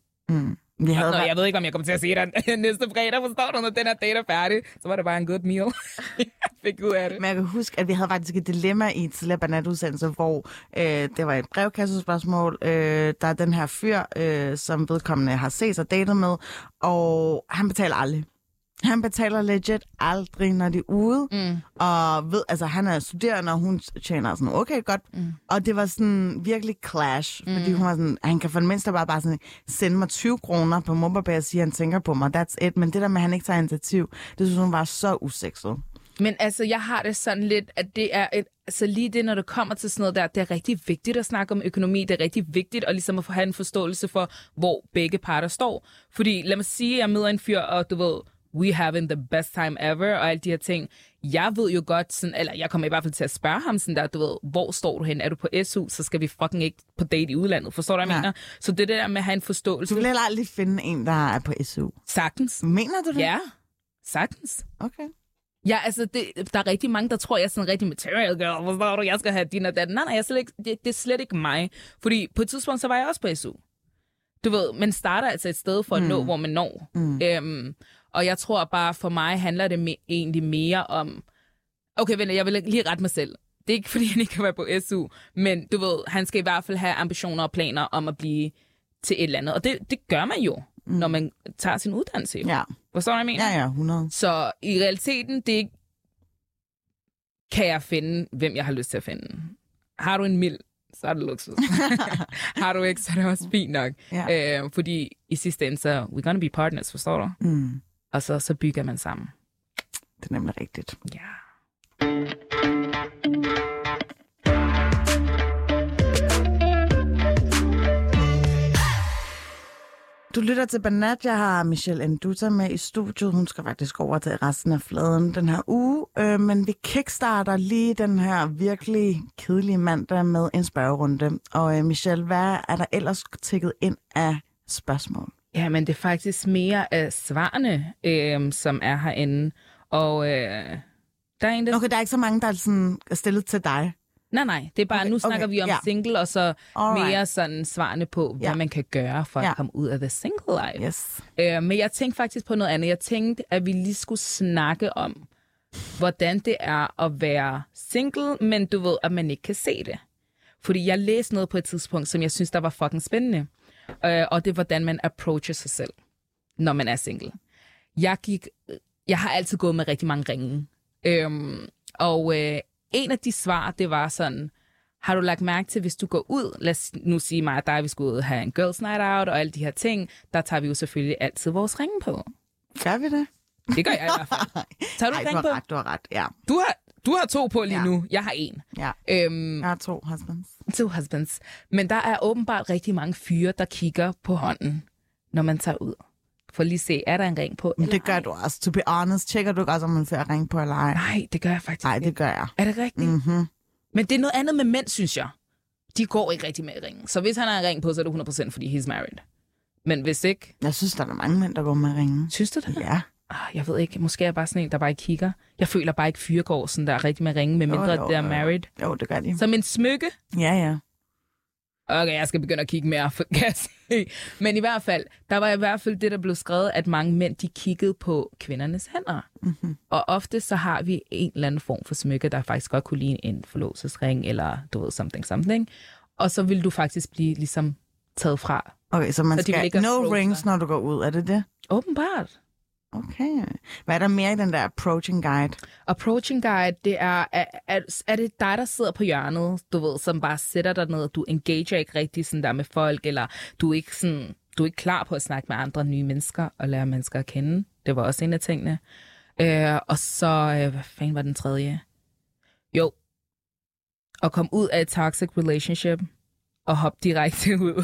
Jeg ved ikke, om jeg kommer til at se dig næste fredag, forstår du, når den her date er færdig. Så var det bare en good meal. Jeg fik ud af det. Men jeg kan huske, at vi havde faktisk et dilemma i tidligere Banat-udsendelse, hvor det var et brevkassespørgsmål. Der er den her fyr, som vedkommende har set sig datet med, og han betaler aldrig. Han betaler legit aldrig, når de er ude. Og ved, altså, han er studerende, og hun tjener sådan okay godt. Og det var sådan virkelig clash. Fordi hun var sådan, han kan for det mindste bare sådan, sende mig 20 kroner på MobilePay og sige, at han tænker på mig. That's it. Men det der med, at han ikke tager initiativ, det synes hun var så usekset. Men altså, jeg har det sådan lidt, at det er altså lige det, når det kommer til sådan noget der, det er rigtig vigtigt at snakke om økonomi. Det er rigtig vigtigt at ligesom at få have en forståelse for, hvor begge parter står. Fordi lad mig sige, at jeg møder en fyr, og du ved, we having the best time ever, og alle de her ting. Jeg ved jo godt, sådan, eller jeg kommer i hvert fald til at spørge ham sådan der, du ved, hvor står du hen? Er du på SU, så skal vi fucking ikke på date i udlandet. Forstår du, hvad jeg mener? Så det der med at have en forståelse. Du vil heller aldrig finde en, der er på SU? Sagtens. Mener du det? Ja, sagtens. Okay. Ja, altså, der er rigtig mange, der tror, jeg er sådan en rigtig material girl. Forstår du, jeg skal have din og dat. Nej, det er slet ikke mig. Fordi på et tidspunkt, så var jeg også på SU. Du ved, man starter altså et sted for at nå, hvor man når. Og jeg tror bare, for mig handler det egentlig mere om... Okay, venner, jeg vil lige rette mig selv. Det er ikke, fordi han ikke kan være på SU, men du ved, han skal i hvert fald have ambitioner og planer om at blive til et eller andet. Og det gør man jo, når man tager sin uddannelse. Ja. Forstår du, hvad jeg mener? Ja, 100. Så i realiteten, det kan jeg finde, hvem jeg har lyst til at finde. Har du en mild, så er det luksus. Har du ikke, så er det også fint nok. Ja. Fordi i sidste ende, så we're gonna be partners, forstår du? Og så bygger man sammen. Det er nemlig rigtigt. Ja. Du lytter til Banat. Jeg har Michelle Nduta med i studiet. Hun skal faktisk over til resten af fladen den her uge. Men vi kickstarter lige den her virkelig kedelige mandag med en spørgerunde. Og Michelle, hvad er der ellers tikket ind af spørgsmål? Ja, men det er faktisk mere af svarene, som er herinde. Og der er en, der... Okay, der er ikke så mange, der er sådan stillet til dig? Nej. Det er bare, nu snakker vi om single, og så mere sådan svarene på, hvad man kan gøre for at komme ud af the single life. Yes. Men jeg tænkte faktisk på noget andet. Jeg tænkte, at vi lige skulle snakke om, hvordan det er at være single, men du ved, at man ikke kan se det. Fordi jeg læste noget på et tidspunkt, som jeg synes, der var fucking spændende. Og det er, hvordan man approacher sig selv, når man er single. Jeg har altid gået med rigtig mange ringe. En af de svar, det var sådan, har du lagt mærke til, hvis du går ud, lad os nu sige mig og dig, vi skal ud og have en girls night out og alle de her ting, der tager vi jo selvfølgelig altid vores ringe på. Gør vi det? Det gør jeg i hvert fald. Tager du ringe på? Du har ret, ja. Du har 2 på lige nu. Jeg har 1. Ja. Jeg har 2 husbands. 2 husbands. Men der er åbenbart rigtig mange fyre, der kigger på hånden, når man tager ud. for lige se, er der en ring på? Men det gør du også. To be honest, tjekker du ikke også, om man får ring på eller ej? Nej, det gør jeg faktisk ikke. Nej, det gør jeg. Er det rigtigt? Mm-hmm. Men det er noget andet med mænd, synes jeg. De går ikke rigtig med ringen. Så hvis han har en ring på, så er det 100% fordi he's married. Men hvis ikke... Jeg synes, der er mange mænd, der går med ringen. Synes du det? Ja. Jeg ved ikke. Måske er jeg bare sådan en, der bare ikke kigger. Jeg føler bare ikke fyre går sådan der rigtig med ringen, med mindre det er married. Jo, det gør de. Som en smykke? Ja. Okay, jeg skal begynde at kigge mere, kan jeg sige. Men i hvert fald, der var i hvert fald det, der blev skrevet, at mange mænd, de kiggede på kvindernes hænder. Mm-hmm. Og ofte så har vi en eller anden form for smykke, der faktisk godt kunne ligne en forlovelsesring, eller du ved, something. Og så vil du faktisk blive ligesom taget fra. Okay, så man skal no rings, når du går ud, er det det? Åbenbart. Okay. Hvad er der mere i den der approaching guide? Approaching guide, det er det dig, der sidder på hjørnet, du ved, som bare sætter dig ned, du engager ikke rigtig sådan der med folk, eller du er ikke klar på at snakke med andre nye mennesker og lære mennesker at kende. Det var også en af tingene. Og så, hvad fanden var den tredje? Jo, at komme ud af et toxic relationship og hoppe direkte ud.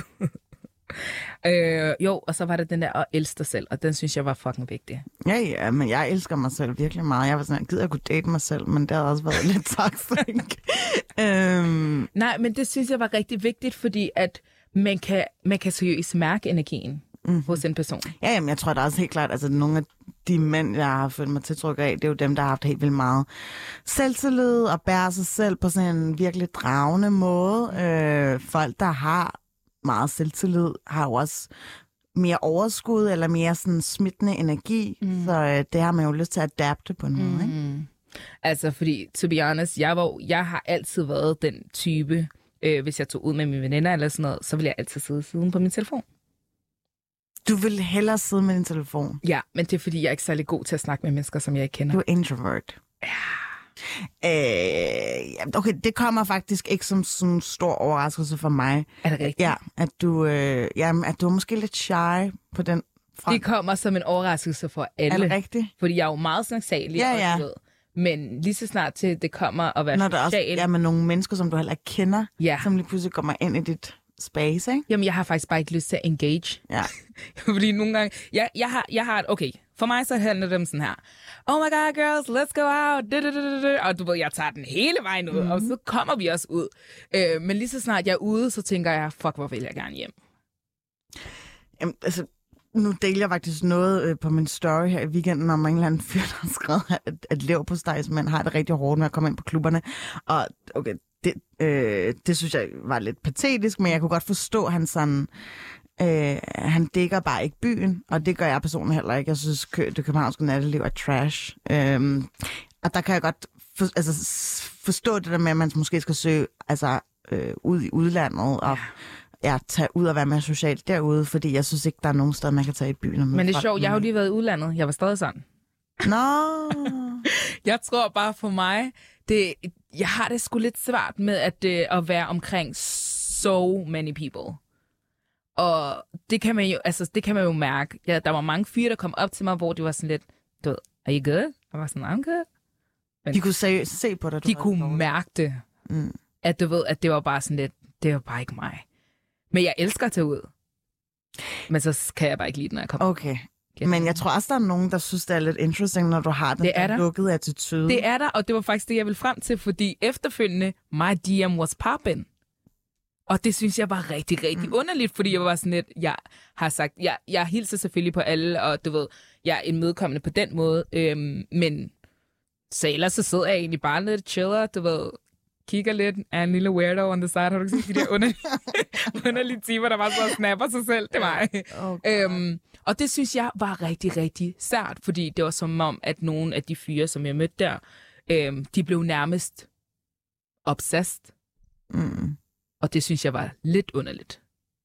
Og så var det den der at elske dig selv, og den synes jeg var fucking vigtig. Ja, men jeg elsker mig selv virkelig meget. Jeg var sådan, gider jeg kunne date mig selv, men det har også været lidt toxic. Nej, men det synes jeg var rigtig vigtigt, fordi at man kan seriøst mærke energien hos en person. Ja, jamen, jeg tror da også helt klart, altså nogle af de mænd, jeg har følt mig tiltrukket af, det er jo dem, der har haft helt vildt meget selvtillid og bærer sig selv på sådan en virkelig dragende måde. Folk, der har meget selvtillid, har jo også mere overskud eller mere sådan smittende energi, så det har man jo lyst til at adapte på en måde, ikke? Altså, fordi, to be honest, jeg har altid været den type, hvis jeg tog ud med mine veninder eller sådan noget, så ville jeg altid sidde siden på min telefon. Du vil hellere sidde med din telefon? Ja, men det er fordi, jeg er ikke særlig god til at snakke med mennesker, som jeg ikke kender. Du er introvert? Ja. Okay, det kommer faktisk ikke som sådan en stor overraskelse for mig. Er det rigtigt? Ja, at du er måske lidt shy på den front. Det kommer som en overraskelse for alle. Er det rigtigt? Fordi jeg er jo meget snaksalig. Ja. Men lige så snart til det kommer at være social. Ja, med nogle mennesker, som du heller ikke kender, som lige pludselig kommer ind i dit space, ikke? Jamen, jeg har faktisk bare ikke lyst til at engage. Ja. Fordi nogle gange... Jeg har okay, for mig så handler det om sådan her. Oh my god, girls, let's go out. Og du ved, jeg tager den hele vejen ud, og så kommer vi også ud. Men lige så snart jeg er ude, så tænker jeg, fuck, hvor vil jeg gerne hjem. Jamen, altså, nu deler jeg faktisk noget på min story her i weekenden, om en eller anden fyr, der har skrevet, at leverpostejsmænd har det rigtig hårdt med at komme ind på klubberne. Og okay, det synes jeg var lidt patetisk, men jeg kunne godt forstå, han sådan... han dækker bare ikke byen, og det gør jeg personligt heller ikke. Jeg synes, det københavnske natteliv er trash. Og der kan jeg godt forstå det der med, at man måske skal søge ud i udlandet og tage ud og være mere socialt derude, fordi jeg synes ikke, der er nogen steder, man kan tage i byen. Men det er sjovt, jeg har jo lige været i udlandet. Jeg var stadig sådan. Nå! Jeg tror bare for mig, jeg har det sgu lidt svært med at være omkring so many people. Og det kan man jo mærke. Ja, der var mange fyre, der kom op til mig, hvor de var sådan lidt, du ved, are you good? Jeg var sådan, I'm good. Men de kunne se på dig. De kunne mærke det. At du ved, at det var bare sådan lidt, det var bare ikke mig. Men jeg elsker at tage ud. Men så kan jeg bare ikke lide, når jeg kommer. Okay. Men jeg tror også, der er nogen, der synes, det er lidt interesting, når du har den der lukkede attitude. Det er der, og det var faktisk det, jeg ville frem til, fordi efterfølgende, my DM was poppin'. Og det synes jeg var rigtig, rigtig underligt, fordi jeg var sådan lidt, jeg har sagt, jeg hilser selvfølgelig på alle, og du ved, jeg er imødekommende på den måde, men så ellers så sidder jeg egentlig bare lidt chiller, du ved, kigger lidt, er en lille weirdo on the side, har du ikke set de der underlige timer, der bare så snapper sig selv, det var jeg. Og det synes jeg var rigtig, rigtig sært, fordi det var som om, at nogle af de fyre, som jeg mødte der, de blev nærmest obsessed. Og det synes jeg var lidt underligt.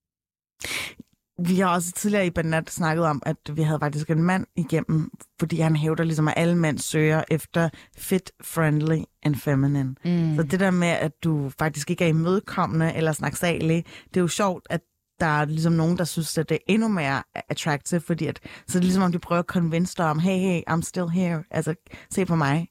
Vi har også tidligere i Banat snakket om, at vi havde faktisk en mand igennem, fordi han hævder ligesom, at alle mænd søger efter fit, friendly and feminine. Så det der med, at du faktisk ikke er imødekommende eller snaksalig, det er jo sjovt, at der er ligesom nogen, der synes, at det er endnu mere attractive, fordi så det er ligesom, om de prøver at convince dig om, hey, I'm still here. Altså, se på mig.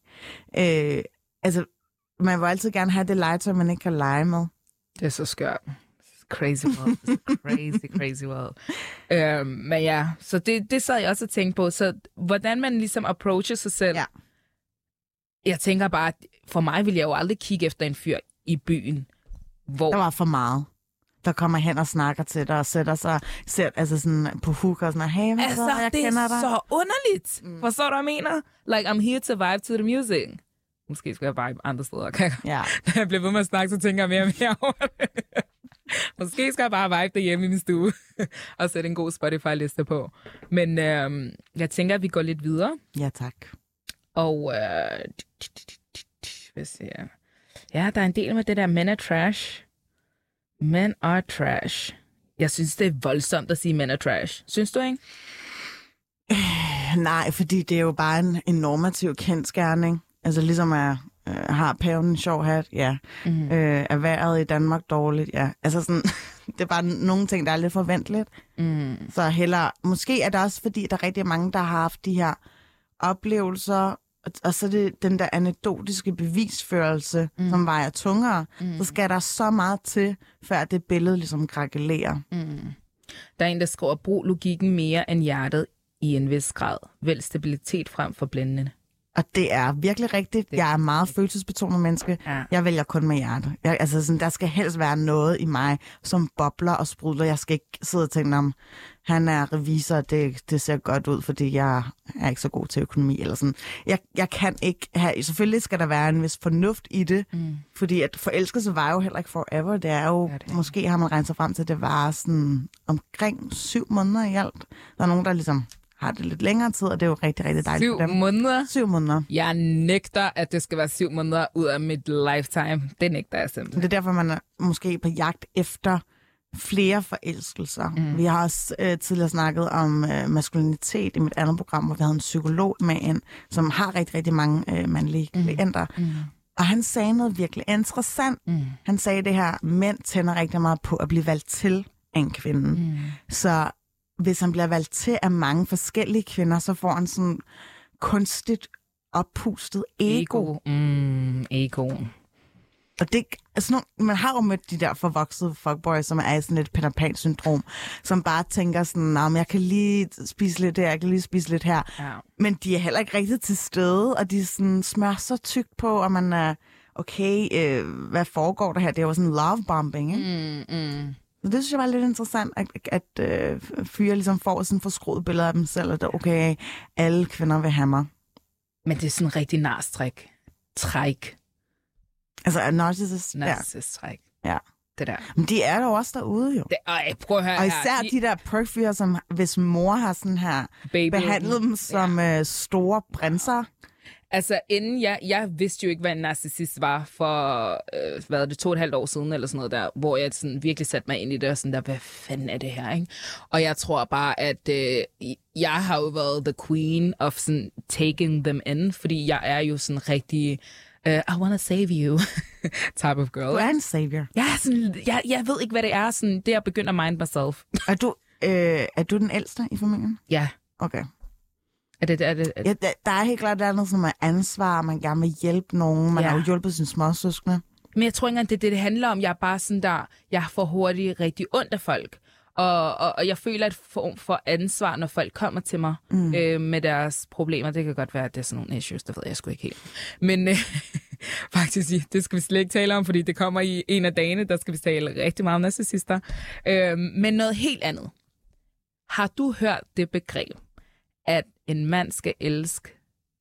Man vil altid gerne have det legetøj, man ikke kan lege med. Det er så skørt. crazy world. Crazy world. Men ja, så det sad jeg også og tænkte på. Så hvordan man ligesom approacher sig selv. Ja. Jeg tænker bare, at for mig ville jeg jo aldrig kigge efter en fyr i byen. Hvor... Der var for meget. Der kommer hen og snakker til dig og sætter sig altså sådan på hook og sådan, hey, altså, jeg kender dig. Det er så underligt. Forstår du, hvad jeg mener? Like, I'm here to vibe to the music. Måske skal jeg vibe andre steder. Okay? Ja. Når jeg bliver ved med at snakke, så tænker jeg mere og mere over det. Måske skal jeg bare vibe derhjemme i min stue og sætte en god Spotify-liste på. Men jeg tænker, at vi går lidt videre. Ja, tak. Og hvad siger jeg? Ja, der er en del med det der men er trash. Men er trash. Jeg synes, det er voldsomt at sige men er trash. Synes du ikke? Nej, fordi det er jo bare en normativ kendsgerning. Altså ligesom har paven en sjov hat, ja. Mm-hmm. Er vejret i Danmark dårligt, ja. Altså sådan, det er bare nogle ting, der er lidt forventeligt. Mm. Så hellere, måske er det også fordi, der er rigtig mange, der har haft de her oplevelser, og så er det den der anekdotiske bevisførelse, som vejer tungere. Så skal der så meget til, før det billede ligesom krakelerer. Der er en, der skriver, brug logikken mere end hjertet i en vis grad. Vælg stabilitet frem for blændende. Og det er virkelig rigtigt. Jeg er meget følelsesbetonet menneske. Ja. Jeg vælger kun med hjertet. Altså sådan, der skal helst være noget i mig, som bobler og sprudler. Jeg skal ikke sidde og tænke om, han er revisor, det ser godt ud, fordi jeg er ikke så god til økonomi. Eller sådan. Jeg kan ikke have... Selvfølgelig skal der være en vis fornuft i det, fordi at forelskelse var jo heller ikke forever. Det er jo... Måske har man regnet sig frem til, at det var sådan omkring 7 måneder i alt. Der er nogen, der ligesom... har det lidt længere tid, og det er jo rigtig, rigtig dejligt. 7 måneder? 7 måneder. Jeg nægter, at det skal være 7 måneder ud af mit lifetime. Det nægter jeg simpelthen. Det er derfor, man er måske på jagt efter flere forelskelser. Vi har også tidligere snakket om maskulinitet i mit andet program, hvor vi havde en psykolog med ind, som har rigtig, rigtig mange mandlige klienter. Og han sagde noget virkelig interessant. Han sagde det her, mænd tænder rigtig meget på at blive valgt til af en kvinde. Så hvis han bliver valgt til af mange forskellige kvinder, så får han sådan kunstigt oppustet ego. Ego. Og det, altså, man har jo mødt de der forvoksede fuckboys, som er i sådan et Peter Pan-syndrom, som bare tænker sådan, jeg kan lige spise lidt her, jeg kan lige spise lidt her. Ja. Men de er heller ikke rigtig til stede, og de sådan smører så tykt på, og man er, okay, hvad foregår der her? Det er jo sådan lovebombing, ikke? Så det synes jeg var lidt interessant, at fyre ligesom får sådan forskruet billeder af dem selv, og okay, alle kvinder vil have mig. Men det er sådan en rigtig narstræk. Altså narcissist. Narcissist-træk. Ja. Det der. Men de er der også derude jo. Prøv at høre og især her. de der perkfyre, som hvis mor har sådan her behandlet dem som store prinser. Altså, inden jeg vidste jo ikke, hvad en narcissist var for, 2,5 år siden, eller sådan noget der, hvor jeg sådan virkelig satte mig ind i det, og sådan der, hvad fanden er det her, ikke? Og jeg tror bare, at jeg har jo været the queen of sådan taking them in, fordi jeg er jo sådan rigtig... I wanna save you type of girl. Du er en savior. Jeg ved ikke, hvad det er. Sådan, det er at begynde at mind myself. Er du den ældste i familien? Ja. Okay. Er det? Ja, der er helt klart, der er noget som er ansvar, man gerne vil hjælpe nogen. Man har jo hjulpet sine småsøskende. Men jeg tror ikke engang, det handler om. Jeg er bare sådan der, jeg får hurtigt rigtig ondt af folk. Og jeg føler et form for ansvar, når folk kommer til mig med deres problemer. Det kan godt være, at det er sådan nogle issues, det ved jeg sgu ikke helt. Men faktisk, det skal vi slet ikke tale om, fordi det kommer i en af dagene, der skal vi tale rigtig meget om narcissister. Men noget helt andet. Har du hørt det begreb, at en mand skal elske...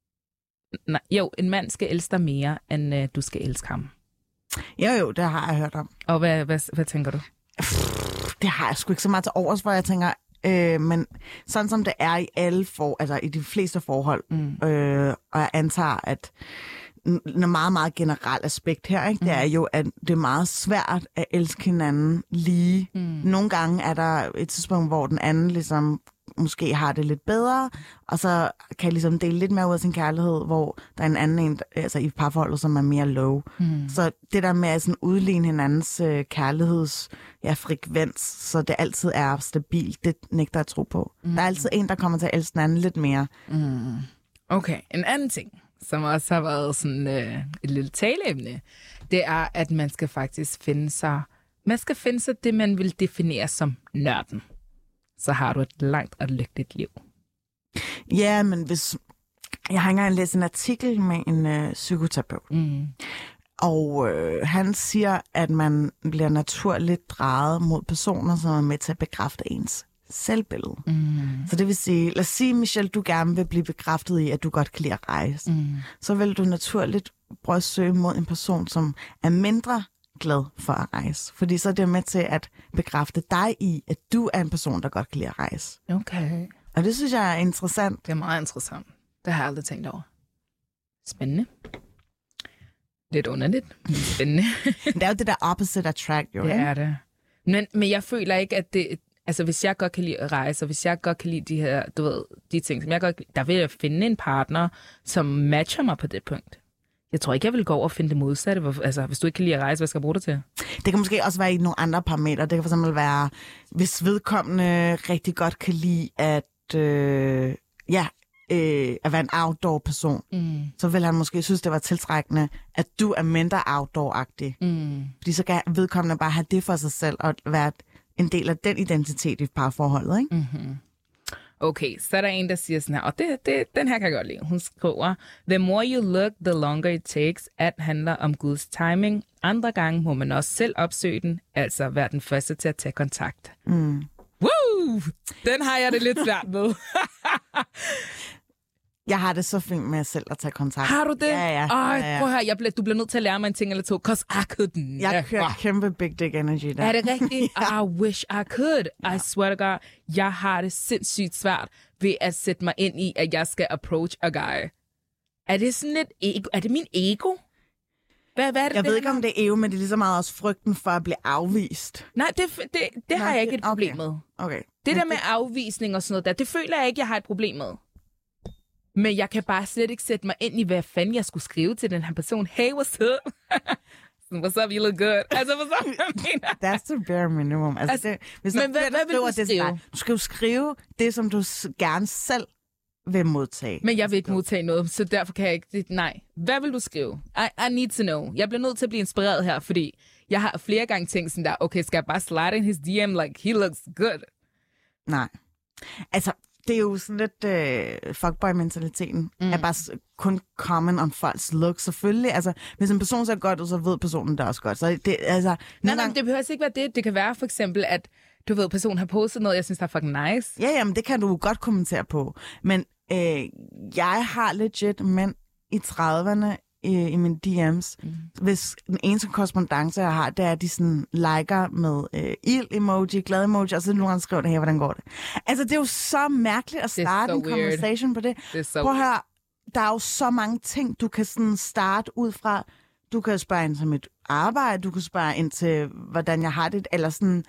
en mand skal elske dig mere, end du skal elske ham? Jo, det har jeg hørt om. Og hvad tænker du? Det har jeg sgu ikke så meget til overs, hvor jeg tænker, men sådan som det er i alle i de fleste forhold, og jeg antager, at en meget, meget generelt aspekt her, ikke, det er jo, at det er meget svært at elske hinanden lige. Nogle gange er der et tidspunkt, hvor den anden ligesom måske har det lidt bedre, og så kan ligesom dele lidt mere ud af sin kærlighed, hvor der er en anden, altså i parforholdet, som er mere low. Så det der med at sådan udligne hinandens frekvens, så det altid er stabilt, det nægter jeg at tro på. Der er altid en, der kommer til at elske den anden lidt mere. Okay, en anden ting, som også har været sådan et lille taleemne, det er, at man skal faktisk finde sig Man skal finde sig det, man vil definere som nørden. Så har du et langt og lykkeligt liv. Ja, men hvis... Jeg har engang læst en artikel med en psykoterapeut. Og han siger, at man bliver naturligt drejet mod personer, som er med til at bekræfte ens selvbillede. Så det vil sige, lad os sige, Michelle, du gerne vil blive bekræftet i, at du godt kan lide at rejse. Så vil du naturligt prøve at søge mod en person, som er mindre glad for at rejse. Fordi så er det med til at bekræfte dig i, at du er en person, der godt kan lide at rejse. Okay. Og det synes jeg er interessant. Det er meget interessant. Det har jeg aldrig tænkt over. Spændende. Lidt underligt. Spændende. Det er jo det der opposite attract, jo. Det er det. Men jeg føler ikke, at det... Altså, hvis jeg godt kan lide at rejse, og hvis jeg godt kan lide de her, du ved, de ting, som jeg godt kan lide, der vil jeg finde en partner, som matcher mig på det punkt. Jeg tror ikke, jeg vil gå over og finde det modsatte. Altså, hvis du ikke kan lide at rejse, hvad skal jeg bruge det til? Det kan måske også være i nogle andre parametre. Det kan for eksempel være, hvis vedkommende rigtig godt kan lide at være en outdoor-person, så vil han måske synes, det var tiltrækkende, at du er mindre outdoor-agtig. Fordi så kan vedkommende bare have det for sig selv, og være en del af den identitet i parforholdet, ikke? Okay, så er der en, der siger sådan her, og den her kan jeg godt lide. Hun skriver, the more you look, the longer it takes, at handler om Guds timing. Andre gange må man også selv opsøge den, altså være den første til at tage kontakt. Woo! Den har jeg det lidt svært med. Jeg har det så fint med selv at tage kontakt. Har du det? Ja. Prøv at høre, du bliver nødt til at lære mig en ting eller to, cause I couldn't. Jeg kører kæmpe big dick energy der. Er det rigtigt? I wish I could. I swear to God. Jeg har det sindssygt svært ved at sætte mig ind i, at jeg skal approach a guy. Er det sådan lidt ego? Er det min ego? Hvad er det? Jeg ved ikke, om det er ego, men det er lige så meget også frygten for at blive afvist. Nej, det har jeg ikke et problem med. Okay. Det der med afvisning og sådan noget der, det føler jeg ikke, jeg har et problem med. Men jeg kan bare slet ikke sætte mig ind i, hvad fanden jeg skulle skrive til den her person. Hey, what's up? What's up, you look good. Altså, what's up, jeg mener? That's the bare minimum. Altså, men hvad vil du skrive? Du skal jo skrive det, som du gerne selv vil modtage. Men jeg vil ikke modtage noget, så derfor kan jeg ikke... Nej. Hvad vil du skrive? I need to know. Jeg bliver nødt til at blive inspireret her, fordi jeg har flere gange tænkt sådan der, okay, skal jeg bare slide in his DM, like, he looks good? Nej. Altså, det er jo sådan lidt fuckboy-mentaliteten. Er bare kun common on folks look. Selvfølgelig, altså, hvis en person ser godt ud, så ved personen det også godt. Så det, altså... Nej, det behøver ikke være det. Det kan være for eksempel, at du ved, personen har postet noget, jeg synes, der er fucking nice. Ja, men det kan du godt kommentere på. Men jeg har legit mænd i 30'erne i mine DM's. Hvis den eneste korrespondance, jeg har, det er, at de sådan liker med ild-emoji, glad-emoji, og så nogle gange skriver det her, hvordan går det? Altså, det er jo så mærkeligt at starte en conversation på det. Prøv at høre, der er jo så mange ting, du kan sådan starte ud fra. Du kan spørge ind til mit arbejde, du kan spørge ind til, hvordan jeg har det, eller sådan...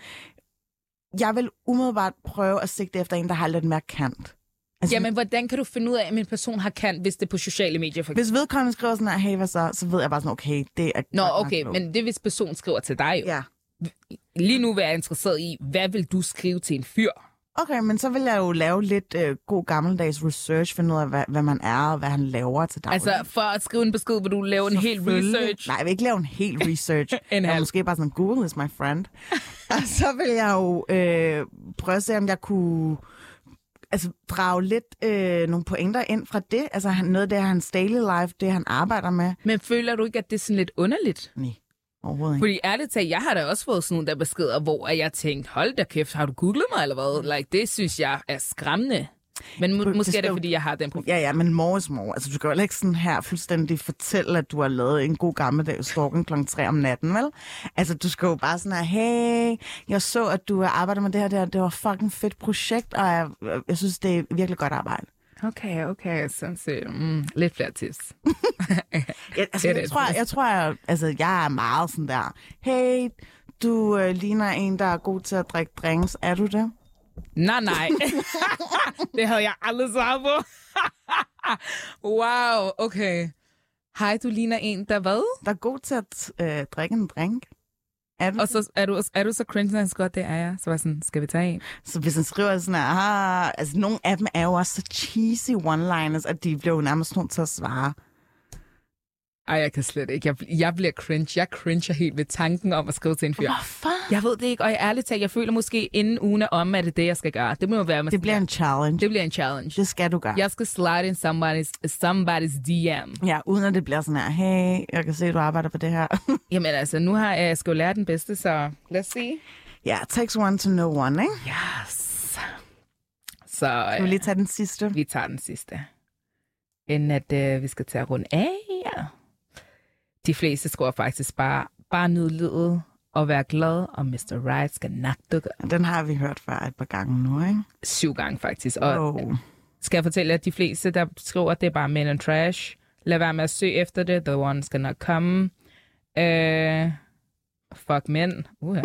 Jeg vil umiddelbart prøve at sigte efter en, der har lidt mere kant. Altså, jamen, hvordan kan du finde ud af, at min person har kant, hvis det er på sociale medier? For hvis vedkommende skriver sådan her, hey, hvad så ved jeg bare sådan, okay, det er... Nå, okay, men det er, hvis personen skriver til dig jo. Ja. Lige nu er jeg interesseret i, hvad vil du skrive til en fyr? Okay, men så vil jeg jo lave lidt god gammeldags research, finde ud af, hvad man er, og hvad han laver til daglig. Altså, for at skrive en besked, vil du lave en hel research? Nej, jeg vil ikke lave en hel research. Jeg måske bare sådan, Google is my friend. Og så vil jeg jo prøve at se, om jeg kunne drage lidt nogle pointer ind fra det. Altså, noget af det er hans daily life, det han arbejder med. Men føler du ikke, at det er sådan lidt underligt? Nej. Overhovedet ikke. Fordi ærligt talt, jeg har da også fået sådan nogle der beskeder, hvor jeg tænkte, hold da kæft, har du googlet mig eller hvad? Like, det synes jeg er skræmmende. Men måske er det, fordi jeg har den profil. Ja, men more is more. Altså, du kan jo ikke sådan her fuldstændig fortælle, at du har lavet en god gammeldags stalking kl. 3 om natten, vel? Altså, du skal jo bare sådan her, hey, jeg så, at du arbejder med det her, det var fucking fedt projekt, og jeg synes, det er virkelig godt arbejde. Okay, sådan lidt flere tips. Jeg tror, jeg er meget sådan der, hey, du ligner en, der er god til at drikke drinks. Er du det? Nej. Det havde jeg aldrig svaret på. Wow, okay. Hej, du ligner en, der hvad? Der er god til at drikke en drink. Og så er du så cringe, når han skriver, det er jeg. Så var sådan, skal vi tage en? Så hvis han skriver sådan her, altså nogle af dem er jo også så cheesy one-liners, at de bliver jo nærmest nødt til at svare. Ej, jeg kan slet ikke. Jeg bliver cringe. Jeg cringer helt ved tanken om at skrive til en fyr. Hvorfor? Jeg ved det ikke, og ærligt talt, jeg føler måske inden ugen er om, at det jeg skal gøre. Det må jo være med det bliver en challenge. Det bliver en challenge. Det skal du gøre. Jeg skal slide in somebody's DM. Ja, uden at det bliver sådan her, hey, jeg kan se, at du arbejder på det her. Jamen altså, nu har jeg skal jo lære den bedste, så let's see. Ja, takes one to know one, ikke? Yes. Så skal vi lige tage den sidste? Vi tager den sidste. Inden at vi skal til at runde af. Ja. De fleste skriver faktisk bare nyde livet og være glad, og Mr. Right skal nok dukke. Den har vi hørt før et par gange nu, ikke? 7 gange faktisk. Og skal jeg fortælle, at de fleste, der skriver, at det er bare men and trash. Lad være med at søge efter det. The one skal nok komme. Fuck mænd.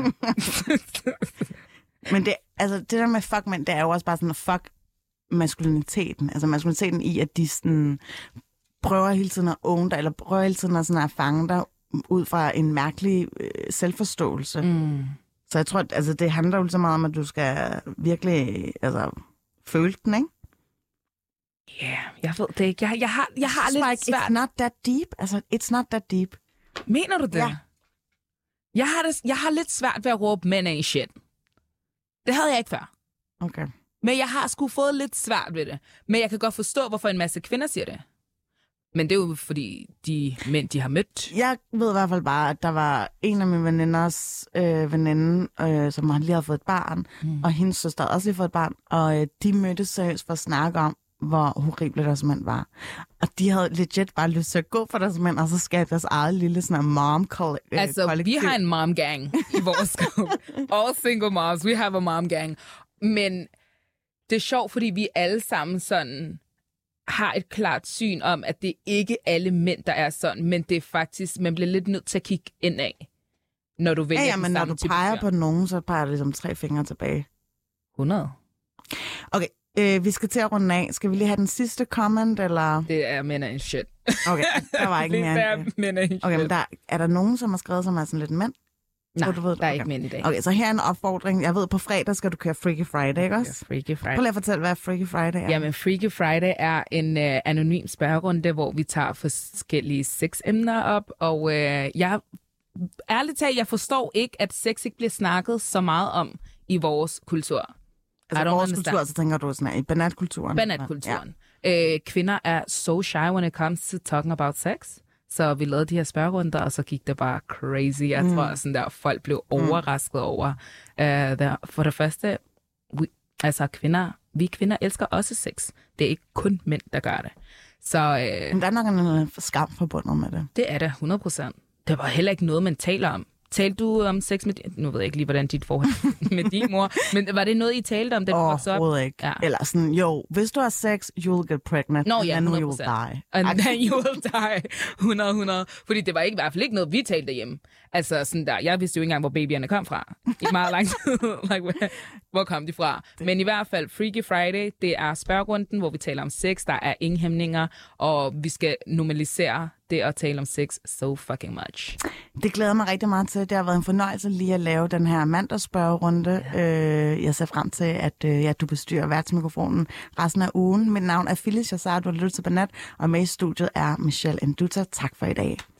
Men det der med fuck mænd, det er jo også bare sådan at fuck maskuliniteten. Altså maskuliniteten i, at de sådan prøver hele tiden at own dig, eller prøver hele tiden at, sådan at fange dig ud fra en mærkelig selvforståelse. Så jeg tror, altså det handler jo så meget om, at du skal virkelig føle den, ikke? Ja, yeah, jeg ved det ikke. Jeg har lidt svært. It's not that deep. Altså, it's not that deep. Mener du det? Ja. Jeg har lidt svært ved at råbe men ain't shit. Det havde jeg ikke før. Okay. Men jeg har sgu fået lidt svært ved det. Men jeg kan godt forstå, hvorfor en masse kvinder siger det. Men det er jo fordi, de mænd, de har mødt. Jeg ved i hvert fald bare, at der var en af mine veninders veninde, som lige havde fået et barn, og hendes søster også lige fået et barn, og de mødtes seriøst for at snakke om, hvor horrible deres mænd var. Og de havde legit bare lyst til at gå for deres mænd, og så skabe deres eget lille sådan mom-kollektiv. Altså, vi har en mom-gang i vores gruppe. All single moms, we have a mom-gang. Men det er sjovt, fordi vi alle sammen sådan har et klart syn om, at det ikke er alle mænd, der er sådan, men det er faktisk, man bliver lidt nødt til at kigge indad, når du vælger ja, men når du peger på nogen, så peger du ligesom 3 fingre tilbage. 100. Okay, vi skal til at runde af. Skal vi lige have den sidste comment, eller? Det er men and shit. Okay, der var ikke mere end det. Okay, men er der nogen, som har skrevet, som er sådan lidt mænd? Nej, du ved, der er ikke mænd i dag. Okay, så her er en opfordring. Jeg ved, på fredag skal du køre Freaky Friday, ikke også? Freaky Friday. Prøv lige at fortælle, hvad Freaky Friday er. Jamen, Freaky Friday er en anonym spørgerunde, hvor vi tager forskellige sexemner op, og ærligt talt, jeg forstår ikke, at sex ikke bliver snakket så meget om i vores kultur. Altså vores kultur, så tænker du sådan i banatkulturen? Banatkulturen. Ja. Kvinder er so shy when it comes to talking about sex. Så vi lavede de her spørgerunder, og så gik det bare crazy. Jeg tror, sådan der, folk blev overrasket over. For det første, vi kvinder elsker også sex. Det er ikke kun mænd, der gør det. Så, men der er nok en skam forbundet med det. Det er det, 100%. Det var heller ikke noget, man taler om. Talte du om sex med... Nu ved jeg ikke lige, hvordan dit forhold med din mor, men var det noget, I talte om, da du voksede op? Overhovedet ikke. Ja. Eller sådan, jo, hvis du har sex, you'll get pregnant, and then you'll die. And then you will die. 100. Fordi det var ikke, i hvert fald ikke noget, vi talte derhjemme. Altså sådan der, jeg vidste jo ikke engang, hvor babyerne kom fra. I meget lang tid. Like, hvor kom de fra? Men i hvert fald, Freaky Friday, det er spørgerunden, hvor vi taler om sex. Der er ingen hæmninger, og vi skal normalisere det at tale om sex so fucking much. Det glæder mig rigtig meget til. Det har været en fornøjelse lige at lave den her mandagsspørgerunde. Jeg ser frem til, at du bestyrer værtsmikrofonen resten af ugen. Mit navn er Phyllis Jassar, du har lyttet til Banat, og med i studiet er Michelle Nduta. Tak for i dag.